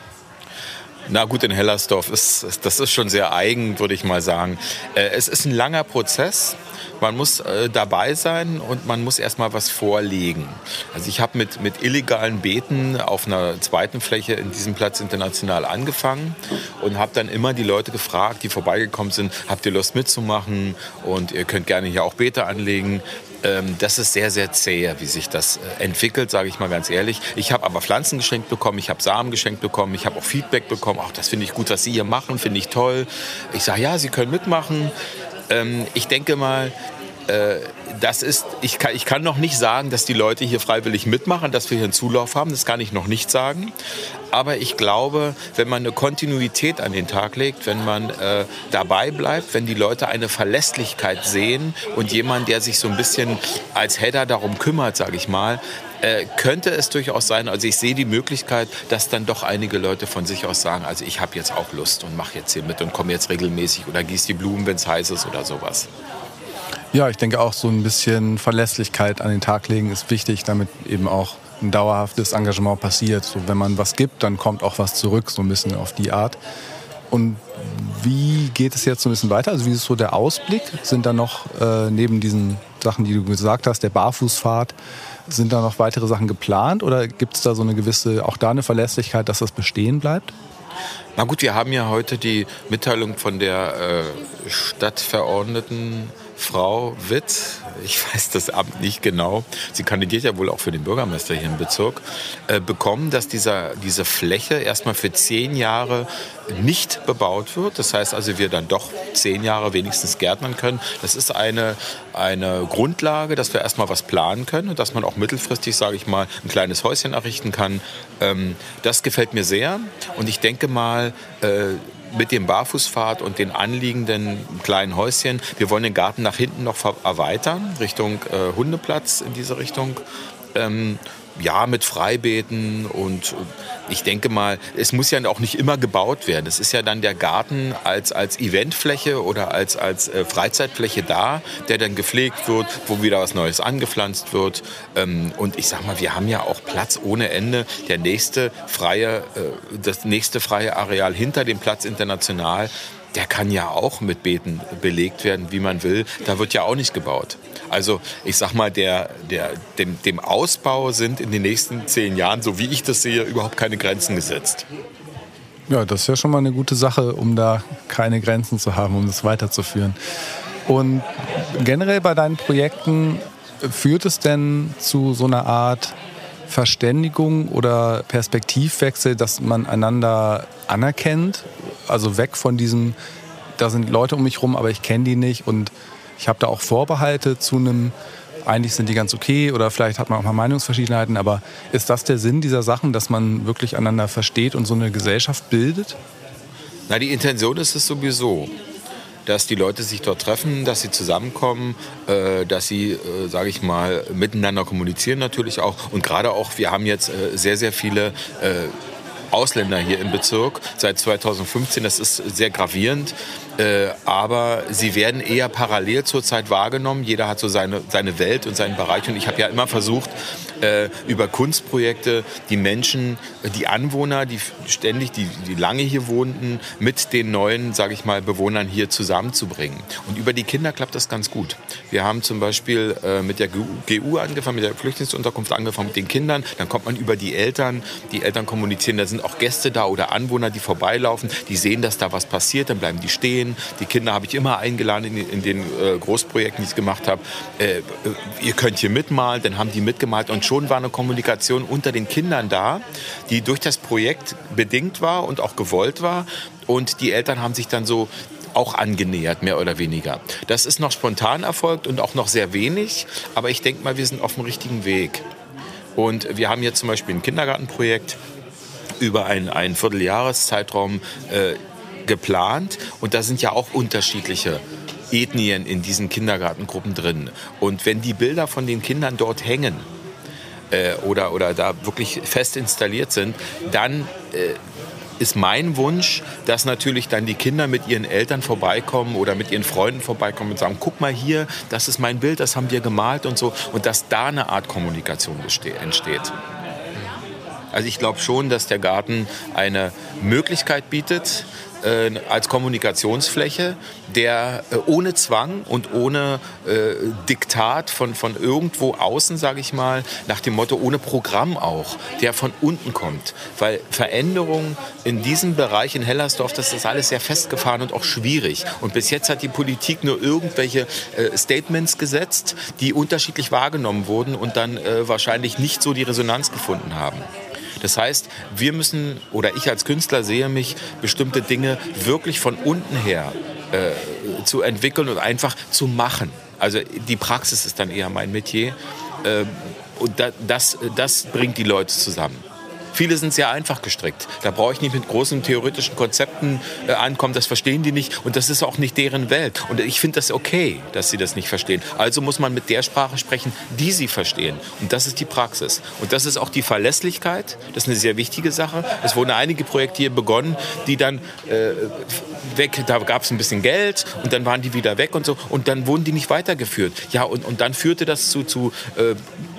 Na gut, in Hellersdorf ist das ist schon sehr eigen, würde ich mal sagen. Es ist ein langer Prozess. Man muss äh, dabei sein und man muss erstmal was vorlegen. Also ich habe mit, mit illegalen Beeten auf einer zweiten Fläche in diesem Platz International angefangen und habe dann immer die Leute gefragt, die vorbeigekommen sind, habt ihr Lust mitzumachen und ihr könnt gerne hier auch Beete anlegen. Ähm, das ist sehr, sehr zäh, wie sich das äh, entwickelt, sage ich mal ganz ehrlich. Ich habe aber Pflanzen geschenkt bekommen, ich habe Samen geschenkt bekommen, ich habe auch Feedback bekommen. Ach, das finde ich gut, was Sie hier machen, finde ich toll. Ich sage, ja, Sie können mitmachen. Ähm, ich denke mal, äh, das ist, ich kann, ich kann noch nicht sagen, dass die Leute hier freiwillig mitmachen, dass wir hier einen Zulauf haben. Das kann ich noch nicht sagen. Aber ich glaube, wenn man eine Kontinuität an den Tag legt, wenn man äh, dabei bleibt, wenn die Leute eine Verlässlichkeit sehen und jemand, der sich so ein bisschen als Header darum kümmert, sage ich mal, äh, könnte es durchaus sein, also ich sehe die Möglichkeit, dass dann doch einige Leute von sich aus sagen, also ich habe jetzt auch Lust und mache jetzt hier mit und komme jetzt regelmäßig oder gieße die Blumen, wenn es heiß ist oder sowas. Ja, ich denke auch, so ein bisschen Verlässlichkeit an den Tag legen ist wichtig, damit eben auch ein dauerhaftes Engagement passiert. So, wenn man was gibt, dann kommt auch was zurück, so ein bisschen auf die Art. Und wie geht es jetzt so ein bisschen weiter? Also wie ist so der Ausblick? Sind da noch äh, neben diesen Sachen, die du gesagt hast, der Barfußpfad, sind da noch weitere Sachen geplant? Oder gibt es da so eine gewisse, auch da eine Verlässlichkeit, dass das bestehen bleibt? Na gut, wir haben ja heute die Mitteilung von der äh, Stadtverordneten Frau Witt, ich weiß das Amt nicht genau, sie kandidiert ja wohl auch für den Bürgermeister hier im Bezirk, äh, bekommen, dass dieser, diese Fläche erstmal für zehn Jahre nicht bebaut wird. Das heißt also, wir dann doch zehn Jahre wenigstens gärtnern können. Das ist eine, eine Grundlage, dass wir erstmal was planen können und dass man auch mittelfristig, sage ich mal, ein kleines Häuschen errichten kann. Ähm, das gefällt mir sehr und ich denke mal, äh, mit dem Barfußpfad und den anliegenden kleinen Häuschen. Wir wollen den Garten nach hinten noch erweitern, Richtung äh, Hundeplatz in diese Richtung. Ähm, ja, mit Freibeeten und ich denke mal, es muss ja auch nicht immer gebaut werden. Es ist ja dann der Garten als, als Eventfläche oder als, als äh, Freizeitfläche da, der dann gepflegt wird, wo wieder was Neues angepflanzt wird. Ähm, und ich sag mal, wir haben ja auch Platz ohne Ende. Der nächste freie, äh, das nächste freie Areal hinter dem Platz International, der kann ja auch mit Beeten belegt werden, wie man will. Da wird ja auch nicht gebaut. Also ich sag mal, der, der, dem, dem Ausbau sind in den nächsten zehn Jahren, so wie ich das sehe, überhaupt keine Grenzen gesetzt. Ja, das ist ja schon mal eine gute Sache, um da keine Grenzen zu haben, um das weiterzuführen. Und generell bei deinen Projekten, führt es denn zu so einer Art Verständigung oder Perspektivwechsel, dass man einander anerkennt? Also weg von diesem, da sind Leute um mich rum, aber ich kenne die nicht und ich habe da auch Vorbehalte zu einem, eigentlich sind die ganz okay oder vielleicht hat man auch mal Meinungsverschiedenheiten, aber ist das der Sinn dieser Sachen, dass man wirklich einander versteht und so eine Gesellschaft bildet? Na, die Intention ist es sowieso, dass die Leute sich dort treffen, dass sie zusammenkommen, äh, dass sie, äh, sage ich mal, miteinander kommunizieren natürlich auch. Und gerade auch, wir haben jetzt äh, sehr, sehr viele äh, Ausländer hier im Bezirk seit zweitausendfünfzehn. Das ist sehr gravierend. Äh, aber sie werden eher parallel zurzeit wahrgenommen. Jeder hat so seine, seine Welt und seinen Bereich. Und ich habe ja immer versucht, äh, über Kunstprojekte die Menschen, die Anwohner, die ständig, die, die lange hier wohnten, mit den neuen, sage ich mal, Bewohnern hier zusammenzubringen. Und über die Kinder klappt das ganz gut. Wir haben zum Beispiel äh, mit der G U angefangen, mit der Flüchtlingsunterkunft angefangen, mit den Kindern. Dann kommt man über die Eltern. Die Eltern kommunizieren, da sind auch Gäste da oder Anwohner, die vorbeilaufen. Die sehen, dass da was passiert, dann bleiben die stehen. Die Kinder habe ich immer eingeladen in, in den äh, Großprojekten, die ich gemacht habe. Äh, ihr könnt hier mitmalen, dann haben die mitgemalt und schon war eine Kommunikation unter den Kindern da, die durch das Projekt bedingt war und auch gewollt war. Und die Eltern haben sich dann so auch angenähert, mehr oder weniger. Das ist noch spontan erfolgt und auch noch sehr wenig, aber ich denke mal, wir sind auf dem richtigen Weg. Und wir haben jetzt zum Beispiel ein Kindergartenprojekt über einen, einen Vierteljahreszeitraum äh, geplant und da sind ja auch unterschiedliche Ethnien in diesen Kindergartengruppen drin. Und wenn die Bilder von den Kindern dort hängen äh, oder, oder da wirklich fest installiert sind, dann äh, ist mein Wunsch, dass natürlich dann die Kinder mit ihren Eltern vorbeikommen oder mit ihren Freunden vorbeikommen und sagen, guck mal hier, das ist mein Bild, das haben wir gemalt und so. Und dass da eine Art Kommunikation entsteht. Also ich glaube schon, dass der Garten eine Möglichkeit bietet, äh, als Kommunikationsfläche, der äh, ohne Zwang und ohne äh, Diktat von, von irgendwo außen, sage ich mal, nach dem Motto ohne Programm auch, der von unten kommt. Weil Veränderungen in diesem Bereich in Hellersdorf, das ist alles sehr festgefahren und auch schwierig. Und bis jetzt hat die Politik nur irgendwelche äh, Statements gesetzt, die unterschiedlich wahrgenommen wurden und dann äh, wahrscheinlich nicht so die Resonanz gefunden haben. Das heißt, wir müssen, oder ich als Künstler sehe mich, bestimmte Dinge wirklich von unten her äh, zu entwickeln und einfach zu machen. Also die Praxis ist dann eher mein Metier. Äh, und da, das, das bringt die Leute zusammen. Viele sind sehr einfach gestrickt. Da brauche ich nicht mit großen theoretischen Konzepten äh, ankommen. Das verstehen die nicht und das ist auch nicht deren Welt. Und ich finde das okay, dass sie das nicht verstehen. Also muss man mit der Sprache sprechen, die sie verstehen. Und das ist die Praxis. Und das ist auch die Verlässlichkeit. Das ist eine sehr wichtige Sache. Es wurden einige Projekte hier begonnen, die dann äh, weg, da gab es ein bisschen Geld und dann waren die wieder weg und so. Und dann wurden die nicht weitergeführt. Ja, und, und dann führte das zu... zu äh,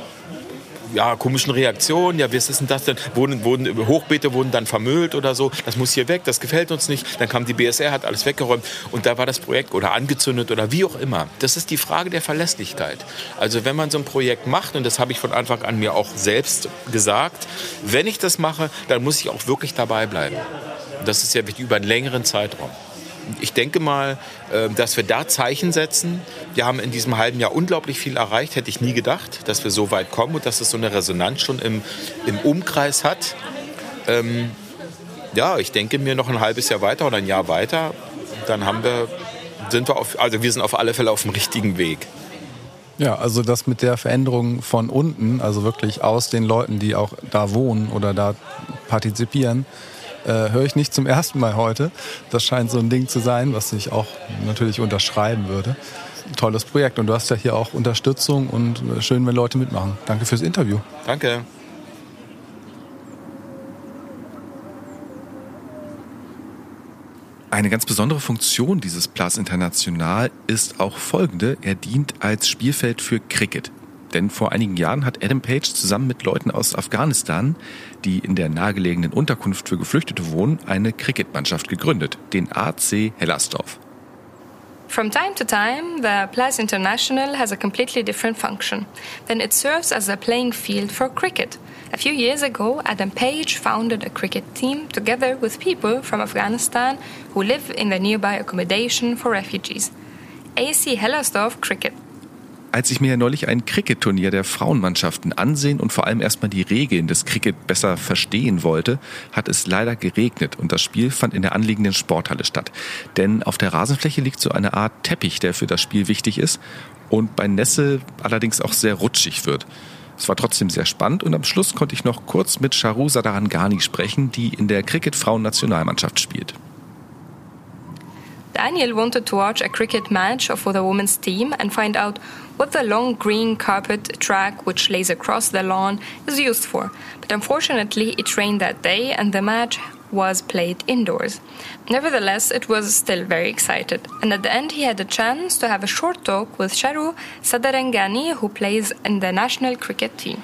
ja, komischen Reaktionen, ja, was ist denn das denn? Wurden, wurden, Hochbeete wurden dann vermüllt oder so, das muss hier weg, das gefällt uns nicht. Dann kam die B S R, hat alles weggeräumt und da war das Projekt oder angezündet oder wie auch immer. Das ist die Frage der Verlässlichkeit. Also wenn man so ein Projekt macht, und das habe ich von Anfang an mir auch selbst gesagt, wenn ich das mache, dann muss ich auch wirklich dabei bleiben. Das ist ja wichtig, über einen längeren Zeitraum. Ich denke mal, dass wir da Zeichen setzen. Wir haben in diesem halben Jahr unglaublich viel erreicht. Hätte ich nie gedacht, dass wir so weit kommen und dass es so eine Resonanz schon im, im Umkreis hat. Ähm, ja, ich denke mir noch ein halbes Jahr weiter oder ein Jahr weiter, dann haben wir, sind wir auf, also wir sind auf alle Fälle auf dem richtigen Weg. Ja, also das mit der Veränderung von unten, also wirklich aus den Leuten, die auch da wohnen oder da partizipieren, Äh, höre ich nicht zum ersten Mal heute. Das scheint so ein Ding zu sein, was ich auch natürlich unterschreiben würde. Ein tolles Projekt und du hast ja hier auch Unterstützung und schön, wenn Leute mitmachen. Danke fürs Interview. Danke. Eine ganz besondere Funktion dieses Place International ist auch folgende. Er dient als Spielfeld für Cricket. Denn vor einigen Jahren hat Adam Page zusammen mit Leuten aus Afghanistan, die in der nahegelegenen Unterkunft für Geflüchtete wohnen, eine Cricketmannschaft gegründet, den A C Hellersdorf. From time to time, the Place International has a completely different function. Then it serves as a playing field for cricket. A few years ago, Adam Page founded a cricket team together with people from Afghanistan who live in the nearby accommodation for refugees. A C Hellersdorf Cricket. Als ich mir neulich ein Cricket-Turnier der Frauenmannschaften ansehen und vor allem erstmal die Regeln des Cricket besser verstehen wollte, hat es leider geregnet und das Spiel fand in der anliegenden Sporthalle statt. Denn auf der Rasenfläche liegt so eine Art Teppich, der für das Spiel wichtig ist und bei Nässe allerdings auch sehr rutschig wird. Es war trotzdem sehr spannend und am Schluss konnte ich noch kurz mit Charu Sadarangani sprechen, die in der Cricket-Frauen-Nationalmannschaft spielt. Daniel wanted to watch a cricket match for the women's team and find out what the long green carpet track which lays across the lawn is used for. But unfortunately it rained that day and the match was played indoors. Nevertheless, it was still very excited. And at the end he had a chance to have a short talk with Charu Sadarangani, who plays in the national cricket team.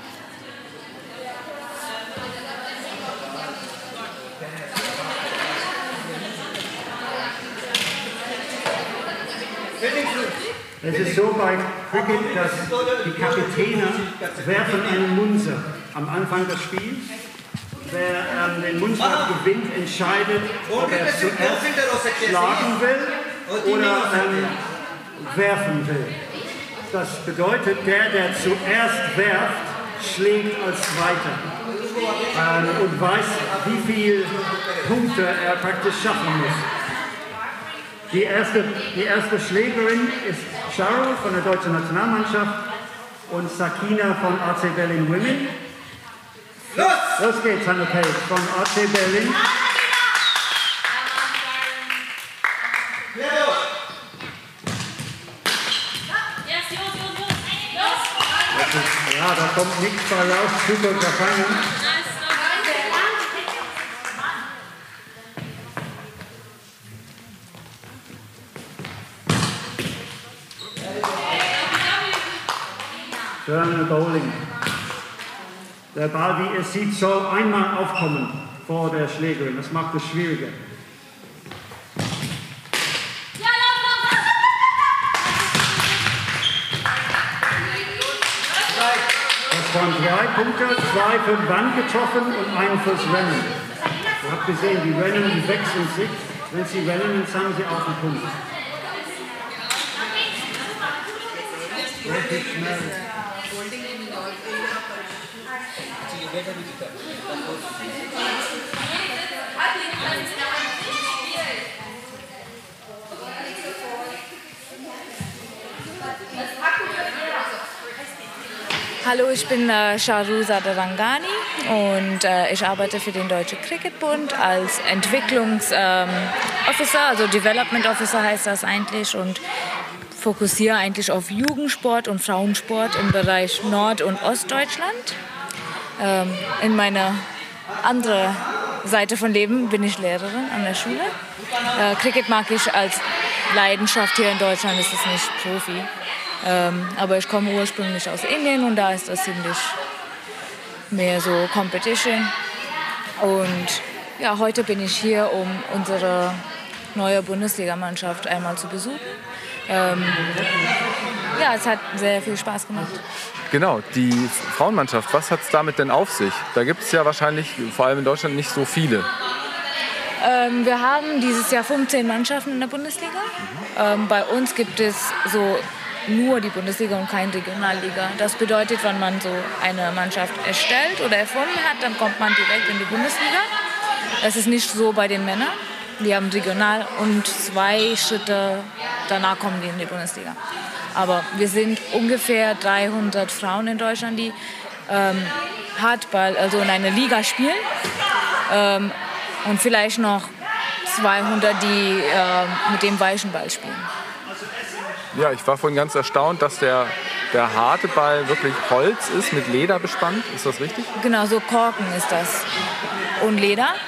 Es ist so bei Cricket, dass die Kapitäne werfen einen Munzer am Anfang des Spiels. Wer ähm, den Munzer gewinnt, entscheidet, ob er zuerst schlagen will oder ähm, werfen will. Das bedeutet, der, der zuerst werft, schlägt als Zweiter ähm, und weiß, wie viele Punkte er praktisch schaffen muss. Die erste, die erste Schlägerin ist Charu von der deutschen Nationalmannschaft und Sakina von A C Berlin Women. Los! Los geht's, Hanno Page von A C Berlin. Ja, da kommt nichts bei raus, super verfangen. Terminal Bowling. Der Ball, wie ihr seht, soll einmal aufkommen vor der Schlägerin. Das macht es schwieriger. Das waren drei Punkte, zwei für die Wand getroffen und einen fürs Rennen. Ihr habt gesehen, die Rennen, die wechseln sich. Wenn sie rennen, dann haben sie auch einen Punkt. Richtig schnell. Hallo, ich bin äh, Charu Sadarangani und äh, ich arbeite für den Deutschen Cricketbund als Entwicklungsofficer, ähm, also Development Officer heißt das eigentlich, und fokussiere eigentlich auf Jugendsport und Frauensport im Bereich Nord- und Ostdeutschland. Ähm, in meiner anderen Seite von Leben bin ich Lehrerin an der Schule. Äh, Cricket mag ich als Leidenschaft. Hier in Deutschland ist es nicht Profi. Ähm, aber ich komme ursprünglich aus Indien und da ist das ziemlich mehr so Competition. Und ja, heute bin ich hier, um unsere neue Bundesligamannschaft einmal zu besuchen. Ähm, ja, es hat sehr viel Spaß gemacht. Genau, die Frauenmannschaft, was hat es damit denn auf sich? Da gibt es ja wahrscheinlich, vor allem in Deutschland, nicht so viele. Ähm, wir haben dieses Jahr fünfzehn Mannschaften in der Bundesliga. Mhm. Ähm, bei uns gibt es so nur die Bundesliga und keine Regionalliga. Das bedeutet, wenn man so eine Mannschaft erstellt oder erfunden hat, dann kommt man direkt in die Bundesliga. Das ist nicht so bei den Männern. Die haben Regional und zwei Schritte danach kommen die in die Bundesliga. Aber wir sind ungefähr dreihundert Frauen in Deutschland, die ähm, Handball, also in einer Liga spielen. Ähm, und vielleicht noch zweihundert, die äh, mit dem weichen Ball spielen. Ja, ich war vorhin ganz erstaunt, dass der, der harte Ball wirklich Holz ist, mit Leder bespannt. Ist das richtig? Genau, so Korken ist das. Und Leder.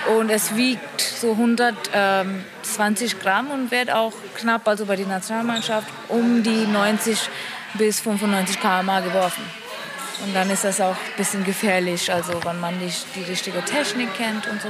und es wiegt so hundertzwanzig Gramm und wird auch knapp, also bei der Nationalmannschaft, um die neunzig bis fünfundneunzig Kilometer pro Stunde geworfen. Und dann ist das auch ein bisschen gefährlich, also wenn man nicht die richtige Technik kennt und so.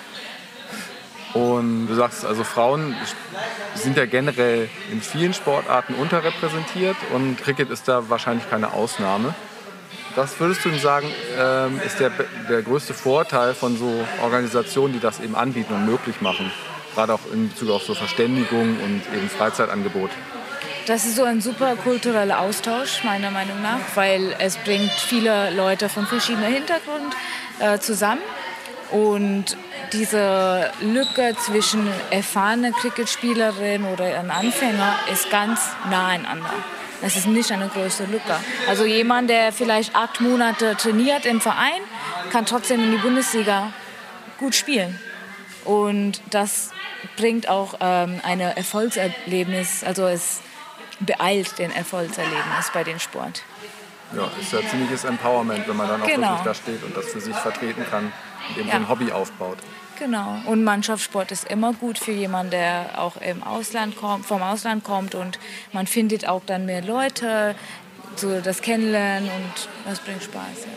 Und du sagst, also Frauen sind ja generell in vielen Sportarten unterrepräsentiert und Cricket ist da wahrscheinlich keine Ausnahme. Was würdest du denn sagen, ähm, ist der, der größte Vorteil von so Organisationen, die das eben anbieten und möglich machen? Gerade auch in Bezug auf so Verständigung und eben Freizeitangebot. Das ist so ein super kultureller Austausch, meiner Meinung nach, weil es bringt viele Leute von verschiedenen Hintergründen äh, zusammen. Und diese Lücke zwischen erfahrenen Cricketspielerin oder einem Anfänger ist ganz nah aneinander. Es ist nicht eine große Lücke. Also jemand, der vielleicht acht Monate trainiert im Verein, kann trotzdem in die Bundesliga gut spielen. Und das bringt auch ähm, ein Erfolgserlebnis, also es beeilt den Erfolgserlebnis bei dem Sport. Ja, ist ja ziemliches Empowerment, wenn man dann auch genau. wirklich da steht und das für sich vertreten kann und eben ja. so ein Hobby aufbaut. Genau. Und Mannschaftssport ist immer gut für jemanden, der auch im Ausland kommt, vom Ausland kommt und man findet auch dann mehr Leute, so das Kennenlernen und das bringt Spaß. Ja.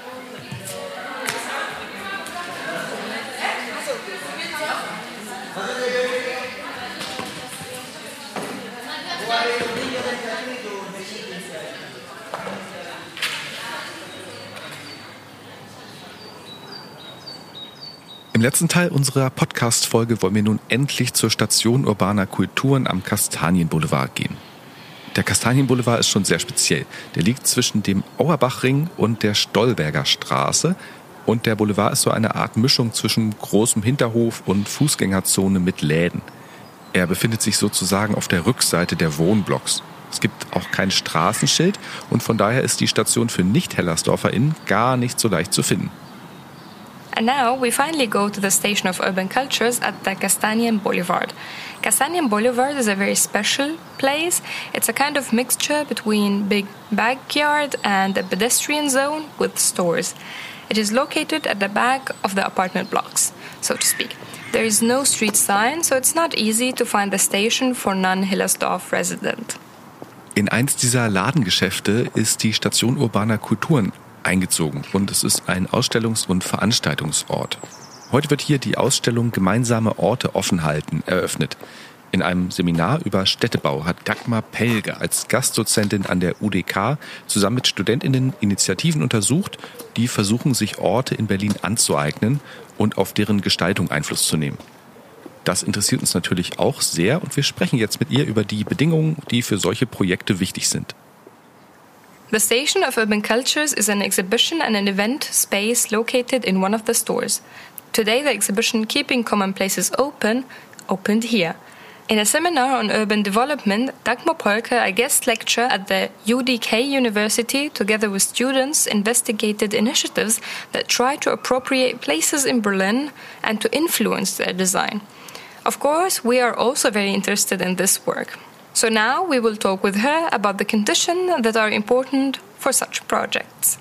Im letzten Teil unserer Podcast-Folge wollen wir nun endlich zur Station urbaner Kulturen am Kastanienboulevard gehen. Der Kastanienboulevard ist schon sehr speziell. Der liegt zwischen dem Auerbachring und der Stolberger Straße und der Boulevard ist so eine Art Mischung zwischen großem Hinterhof und Fußgängerzone mit Läden. Er befindet sich sozusagen auf der Rückseite der Wohnblocks. Es gibt auch kein Straßenschild und von daher ist die Station für Nicht-HellersdorferInnen gar nicht so leicht zu finden. And now we finally go to the Station of Urban Cultures at the Castanian Boulevard. Castanian Boulevard is a very special place. It's a kind of mixture between big backyard and a pedestrian zone with stores. It is located at the back of the apartment blocks, so to speak. There is no street sign, so it's not easy to find the station for non-Hellersdorf resident. In eins dieser Ladengeschäfte ist die Station urbaner Kulturen eingezogen und es ist ein Ausstellungs- und Veranstaltungsort. Heute wird hier die Ausstellung Gemeinsame Orte offen halten eröffnet. In einem Seminar über Städtebau hat Dagmar Pelger als Gastdozentin an der U D K zusammen mit StudentInnen Initiativen untersucht, die versuchen, sich Orte in Berlin anzueignen und auf deren Gestaltung Einfluss zu nehmen. Das interessiert uns natürlich auch sehr und wir sprechen jetzt mit ihr über die Bedingungen, die für solche Projekte wichtig sind. The Station of Urban Cultures is an exhibition and an event space located in one of the stores. Today the exhibition Keeping Common Places Open opened here. In a seminar on urban development, Dagmar Pelger, a guest lecturer at the U D K University, together with students, investigated initiatives that try to appropriate places in Berlin and to influence their design. Of course, we are also very interested in this work. So now we will talk with her about the conditions that are important for such projects.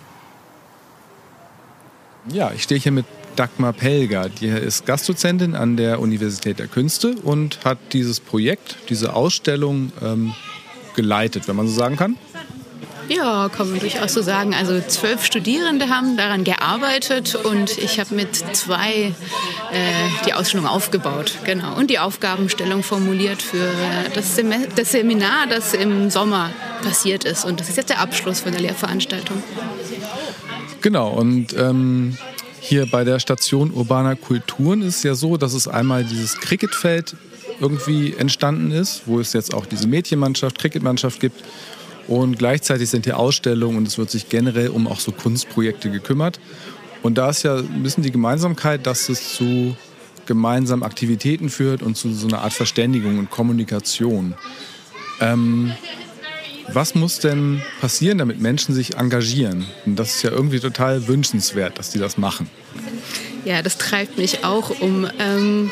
Ja, ich stehe hier mit Dagmar Pelger. Die ist Gastdozentin an der Universität der Künste und hat dieses Projekt, diese Ausstellung ähm, geleitet, wenn man so sagen kann. Ja, kann man durchaus so sagen. Also zwölf Studierende haben daran gearbeitet und ich habe mit zwei äh, die Ausstellung aufgebaut. Genau. Und die Aufgabenstellung formuliert für äh, das, Sem- das Seminar, das im Sommer passiert ist. Und das ist jetzt der Abschluss von der Lehrveranstaltung. Genau, und ähm, hier bei der Station urbaner Kulturen ist es ja so, dass es einmal dieses Cricketfeld irgendwie entstanden ist, wo es jetzt auch diese Mädchenmannschaft, Cricketmannschaft gibt. Und gleichzeitig sind hier Ausstellungen und es wird sich generell um auch so Kunstprojekte gekümmert. Und da ist ja ein bisschen die Gemeinsamkeit, dass es zu gemeinsamen Aktivitäten führt und zu so einer Art Verständigung und Kommunikation. Ähm, was muss denn passieren, damit Menschen sich engagieren? Und das ist ja irgendwie total wünschenswert, dass die das machen. Ja, das treibt mich auch um. Ähm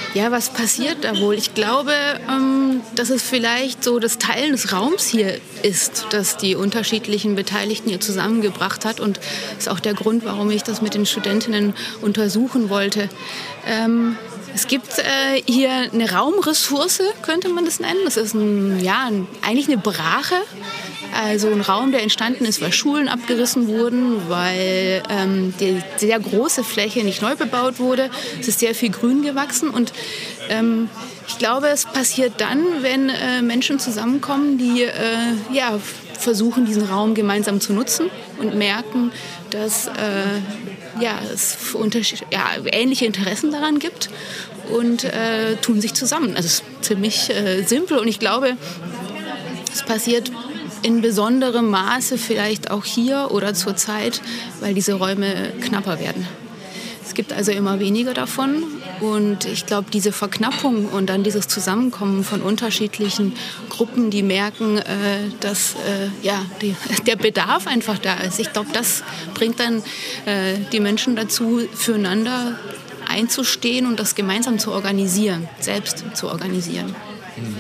Ja, was passiert da wohl? Ich glaube, ähm, dass es vielleicht so das Teilen des Raums hier ist, das die unterschiedlichen Beteiligten hier zusammengebracht hat. Und das ist auch der Grund, warum ich das mit den Studentinnen untersuchen wollte. Ähm, es gibt äh, hier eine Raumressource, könnte man das nennen. Das ist ein, ja, ein, eigentlich eine Brache. Also ein Raum, der entstanden ist, weil Schulen abgerissen wurden, weil ähm, die sehr große Fläche nicht neu bebaut wurde. Es ist sehr viel Grün gewachsen und ähm, ich glaube, es passiert dann, wenn äh, Menschen zusammenkommen, die äh, ja, versuchen, diesen Raum gemeinsam zu nutzen und merken, dass äh, ja, es ja, ähnliche Interessen daran gibt und äh, tun sich zusammen. Also es ist ziemlich äh, simpel und ich glaube, es passiert in besonderem Maße vielleicht auch hier oder zur Zeit, weil diese Räume knapper werden. Es gibt also immer weniger davon und ich glaube, diese Verknappung und dann dieses Zusammenkommen von unterschiedlichen Gruppen, die merken, äh, dass äh, ja, die, der Bedarf einfach da ist. Ich glaube, das bringt dann äh, die Menschen dazu, füreinander einzustehen und das gemeinsam zu organisieren, selbst zu organisieren. Mhm.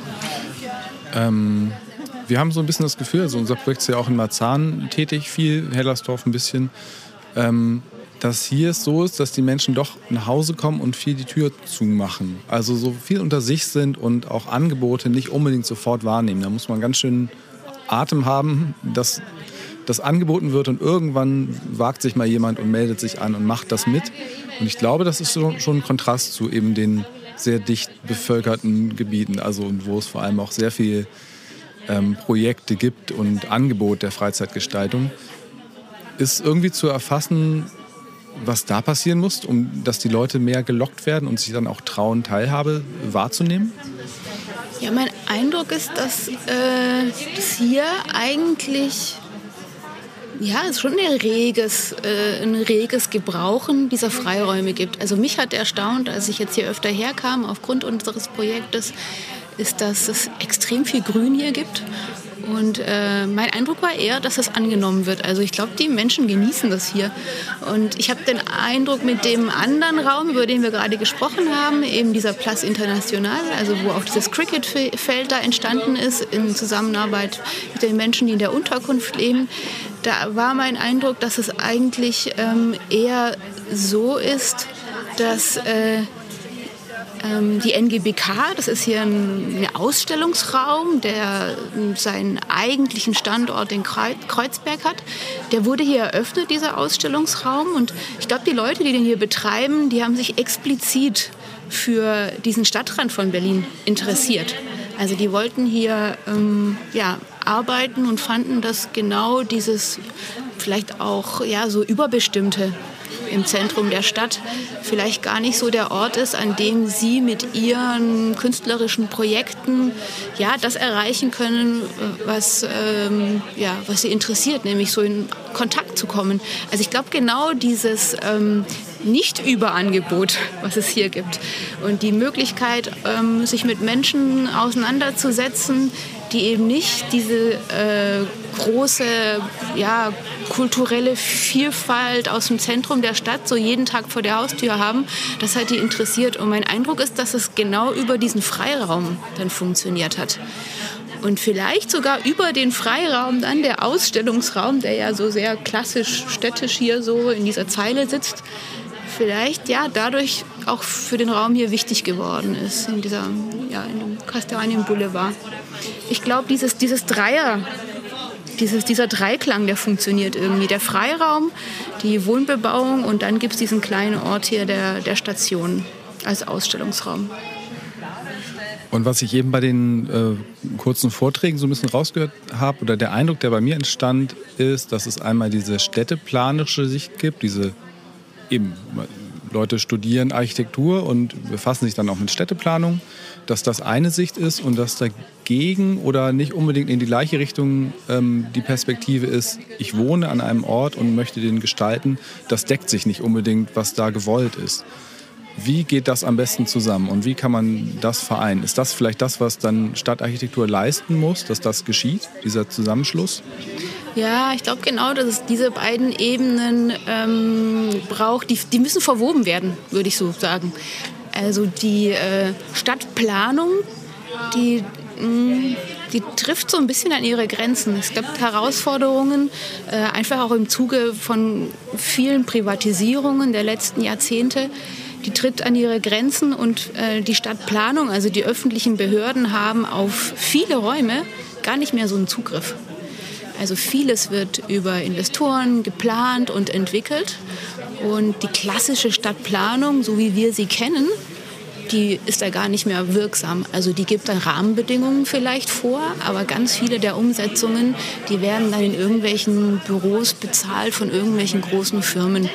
Ähm Wir haben so ein bisschen das Gefühl, also unser Projekt ist ja auch in Marzahn tätig, viel, Hellersdorf ein bisschen, ähm, dass hier es so ist, dass die Menschen doch nach Hause kommen und viel die Tür zumachen. Also so viel unter sich sind und auch Angebote nicht unbedingt sofort wahrnehmen. Da muss man ganz schön Atem haben, dass das angeboten wird und irgendwann wagt sich mal jemand und meldet sich an und macht das mit. Und ich glaube, das ist so, schon ein Kontrast zu eben den sehr dicht bevölkerten Gebieten, also wo es vor allem auch sehr viel Ähm, Projekte gibt und Angebot der Freizeitgestaltung, ist irgendwie zu erfassen, was da passieren muss, um dass die Leute mehr gelockt werden und sich dann auch trauen, Teilhabe wahrzunehmen? Ja, mein Eindruck ist, dass äh, es hier eigentlich ja, es schon ein reges, äh, ein reges Gebrauchen dieser Freiräume gibt. Also mich hat erstaunt, als ich jetzt hier öfter herkam, aufgrund unseres Projektes, ist, dass es extrem viel Grün hier gibt. Und äh, mein Eindruck war eher, dass es angenommen wird. Also ich glaube, die Menschen genießen das hier. Und ich habe den Eindruck, mit dem anderen Raum, über den wir gerade gesprochen haben, eben dieser Place International, also wo auch dieses Cricketfeld da entstanden ist, in Zusammenarbeit mit den Menschen, die in der Unterkunft leben, da war mein Eindruck, dass es eigentlich ähm, eher so ist, dass Äh, die N G B K, das ist hier ein Ausstellungsraum, der seinen eigentlichen Standort in Kreuzberg hat. Der wurde hier eröffnet, dieser Ausstellungsraum. Und ich glaube, die Leute, die den hier betreiben, die haben sich explizit für diesen Stadtrand von Berlin interessiert. Also die wollten hier ähm, ja, arbeiten und fanden, dass genau dieses vielleicht auch ja, so überbestimmte im Zentrum der Stadt vielleicht gar nicht so der Ort ist, an dem sie mit ihren künstlerischen Projekten ja, das erreichen können, was, ähm, ja, was sie interessiert, nämlich so in Kontakt zu kommen. Also ich glaube, genau dieses ähm, Nicht-Überangebot, was es hier gibt und die Möglichkeit, ähm, sich mit Menschen auseinanderzusetzen, die eben nicht diese äh, große ja, kulturelle Vielfalt aus dem Zentrum der Stadt so jeden Tag vor der Haustür haben, das hat die interessiert. Und mein Eindruck ist, dass es genau über diesen Freiraum dann funktioniert hat. Und vielleicht sogar über den Freiraum dann der Ausstellungsraum, der ja so sehr klassisch städtisch hier so in dieser Zeile sitzt, vielleicht ja dadurch auch für den Raum hier wichtig geworden ist, in, dieser, ja, in dem Kastanienboulevard. Ich glaube, dieses, dieses Dreier, dieses, dieser Dreiklang, der funktioniert irgendwie. Der Freiraum, die Wohnbebauung und dann gibt es diesen kleinen Ort hier der, der Station als Ausstellungsraum. Und was ich eben bei den äh, kurzen Vorträgen so ein bisschen rausgehört habe, oder der Eindruck, der bei mir entstand, ist, dass es einmal diese städteplanische Sicht gibt, diese eben Leute studieren Architektur und befassen sich dann auch mit Städteplanung, dass das eine Sicht ist und dass dagegen oder nicht unbedingt in die gleiche Richtung ähm, die Perspektive ist, ich wohne an einem Ort und möchte den gestalten, das deckt sich nicht unbedingt, was da gewollt ist. Wie geht das am besten zusammen und wie kann man das vereinen? Ist das vielleicht das, was dann Stadtarchitektur leisten muss, dass das geschieht, dieser Zusammenschluss? Ja, ich glaube genau, dass es diese beiden Ebenen ähm, braucht. Die, die müssen verwoben werden, würde ich so sagen. Also die äh, Stadtplanung, die, mh, die trifft so ein bisschen an ihre Grenzen. Es gibt Herausforderungen, äh, einfach auch im Zuge von vielen Privatisierungen der letzten Jahrzehnte. Die tritt an ihre Grenzen und äh, die Stadtplanung, also die öffentlichen Behörden, haben auf viele Räume gar nicht mehr so einen Zugriff. Also vieles wird über Investoren geplant und entwickelt. Und die klassische Stadtplanung, so wie wir sie kennen, die ist da gar nicht mehr wirksam. Also die gibt dann Rahmenbedingungen vielleicht vor, aber ganz viele der Umsetzungen, die werden dann in irgendwelchen Büros bezahlt von irgendwelchen großen Firmen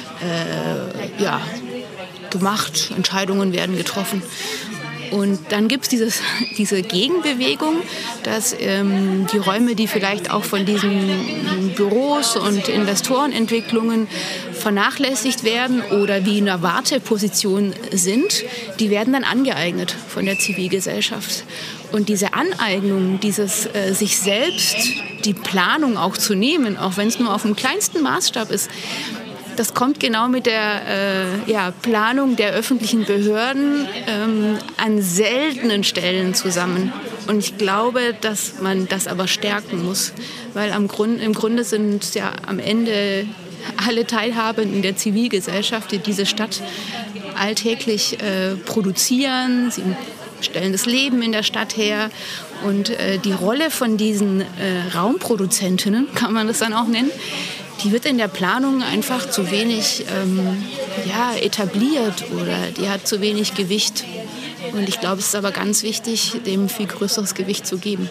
äh, ja, gemacht. Entscheidungen werden getroffen. Und dann gibt es dieses, diese Gegenbewegung, dass ähm, die Räume, die vielleicht auch von diesen Büros und Investorenentwicklungen vernachlässigt werden oder wie in einer Warteposition sind, die werden dann angeeignet von der Zivilgesellschaft. Und diese Aneignung, dieses äh, sich selbst die Planung auch zu nehmen, auch wenn es nur auf dem kleinsten Maßstab ist, das kommt genau mit der äh, ja, Planung der öffentlichen Behörden ähm, an seltenen Stellen zusammen. Und ich glaube, dass man das aber stärken muss, weil am Grund, im Grunde sind ja am Ende alle Teilhabenden der Zivilgesellschaft, die diese Stadt alltäglich äh, produzieren. Sie stellen das Leben in der Stadt her. Und äh, die Rolle von diesen äh, Raumproduzentinnen, kann man das dann auch nennen, die wird in der Planung einfach zu wenig ähm, ja, etabliert oder die hat zu wenig Gewicht. Und ich glaube, es ist aber ganz wichtig, dem viel größeres Gewicht zu geben.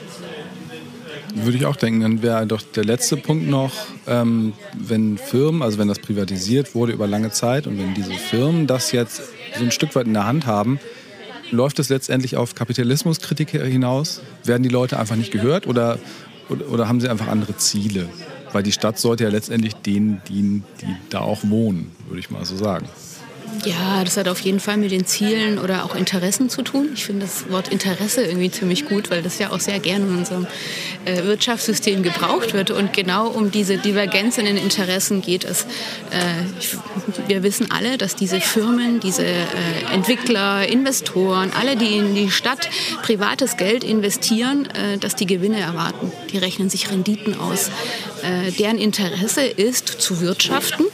Würde ich auch denken, dann wäre doch der letzte Punkt noch, ähm, wenn Firmen, also wenn das privatisiert wurde über lange Zeit und wenn diese Firmen das jetzt so ein Stück weit in der Hand haben, läuft es letztendlich auf Kapitalismuskritik hinaus? Werden die Leute einfach nicht gehört oder, oder, oder haben sie einfach andere Ziele? Weil die Stadt sollte ja letztendlich denen dienen, die da auch wohnen, würde ich mal so sagen. Ja, das hat auf jeden Fall mit den Zielen oder auch Interessen zu tun. Ich finde das Wort Interesse irgendwie ziemlich gut, weil das ja auch sehr gerne in unserem äh, Wirtschaftssystem gebraucht wird. Und genau um diese Divergenz in den Interessen geht es. Äh, ich, wir wissen alle, dass diese Firmen, diese äh, Entwickler, Investoren, alle, die in die Stadt privates Geld investieren, äh, dass die Gewinne erwarten. Die rechnen sich Renditen aus. Äh, deren Interesse ist, zu wirtschaften.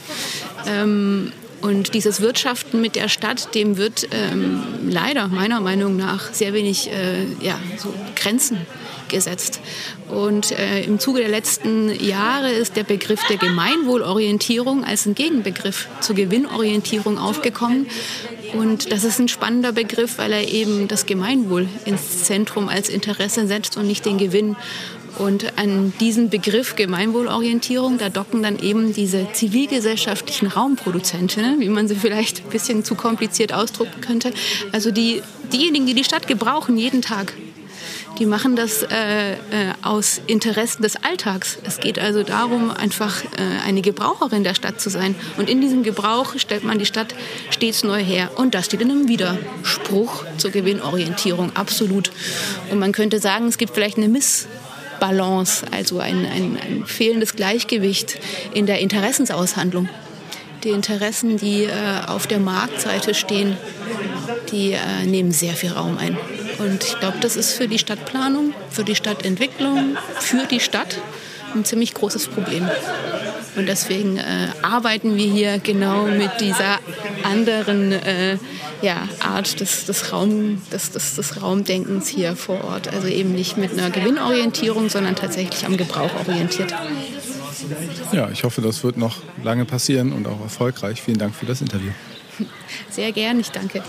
Ähm, Und dieses Wirtschaften mit der Stadt, dem wird ähm, leider meiner Meinung nach sehr wenig äh, ja, so Grenzen gesetzt. Und äh, im Zuge der letzten Jahre ist der Begriff der Gemeinwohlorientierung als ein Gegenbegriff zur Gewinnorientierung aufgekommen. Und das ist ein spannender Begriff, weil er eben das Gemeinwohl ins Zentrum als Interesse setzt und nicht den Gewinn. Und an diesen Begriff Gemeinwohlorientierung, da docken dann eben diese zivilgesellschaftlichen Raumproduzentinnen, wie man sie vielleicht ein bisschen zu kompliziert ausdrücken könnte. Also die, diejenigen, die die Stadt gebrauchen jeden Tag, die machen das äh, äh, aus Interessen des Alltags. Es geht also darum, einfach äh, eine Gebraucherin der Stadt zu sein. Und in diesem Gebrauch stellt man die Stadt stets neu her. Und das steht in einem Widerspruch zur Gewinnorientierung, absolut. Und man könnte sagen, es gibt vielleicht eine Miss Balance, also ein, ein, ein fehlendes Gleichgewicht in der Interessensaushandlung. Die Interessen, die äh, auf der Marktseite stehen, die äh, nehmen sehr viel Raum ein. Und ich glaube, das ist für die Stadtplanung, für die Stadtentwicklung, für die Stadt ein ziemlich großes Problem. Und deswegen äh, arbeiten wir hier genau mit dieser anderen äh, ja, Art des, des, Raum, des, des, des Raumdenkens hier vor Ort. Also eben nicht mit einer Gewinnorientierung, sondern tatsächlich am Gebrauch orientiert. Ja, ich hoffe, das wird noch lange passieren und auch erfolgreich. Vielen Dank für das Interview. Sehr gern, ich danke.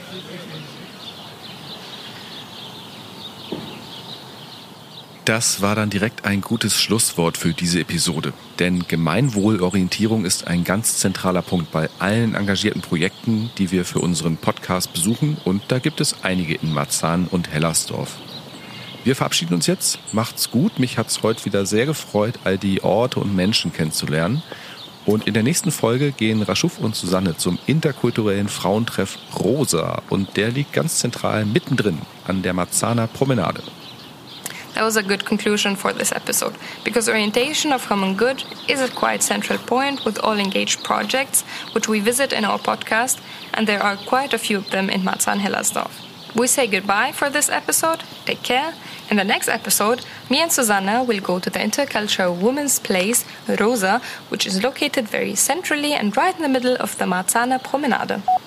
Das war dann direkt ein gutes Schlusswort für diese Episode. Denn Gemeinwohlorientierung ist ein ganz zentraler Punkt bei allen engagierten Projekten, die wir für unseren Podcast besuchen. Und da gibt es einige in Marzahn und Hellersdorf. Wir verabschieden uns jetzt. Macht's gut. Mich hat's heute wieder sehr gefreut, all die Orte und Menschen kennenzulernen. Und in der nächsten Folge gehen Raschuf und Susanne zum interkulturellen Frauentreff Rosa. Und der liegt ganz zentral mittendrin an der Marzahner Promenade. That was a good conclusion for this episode, because orientation of common good is a quite central point with all engaged projects, which we visit in our podcast, and there are quite a few of them in Marzahn-Hellersdorf. We say goodbye for this episode. Take care. In the next episode, me and Susanna will go to the intercultural women's place, Rosa, which is located very centrally and right in the middle of the Marzahner Promenade.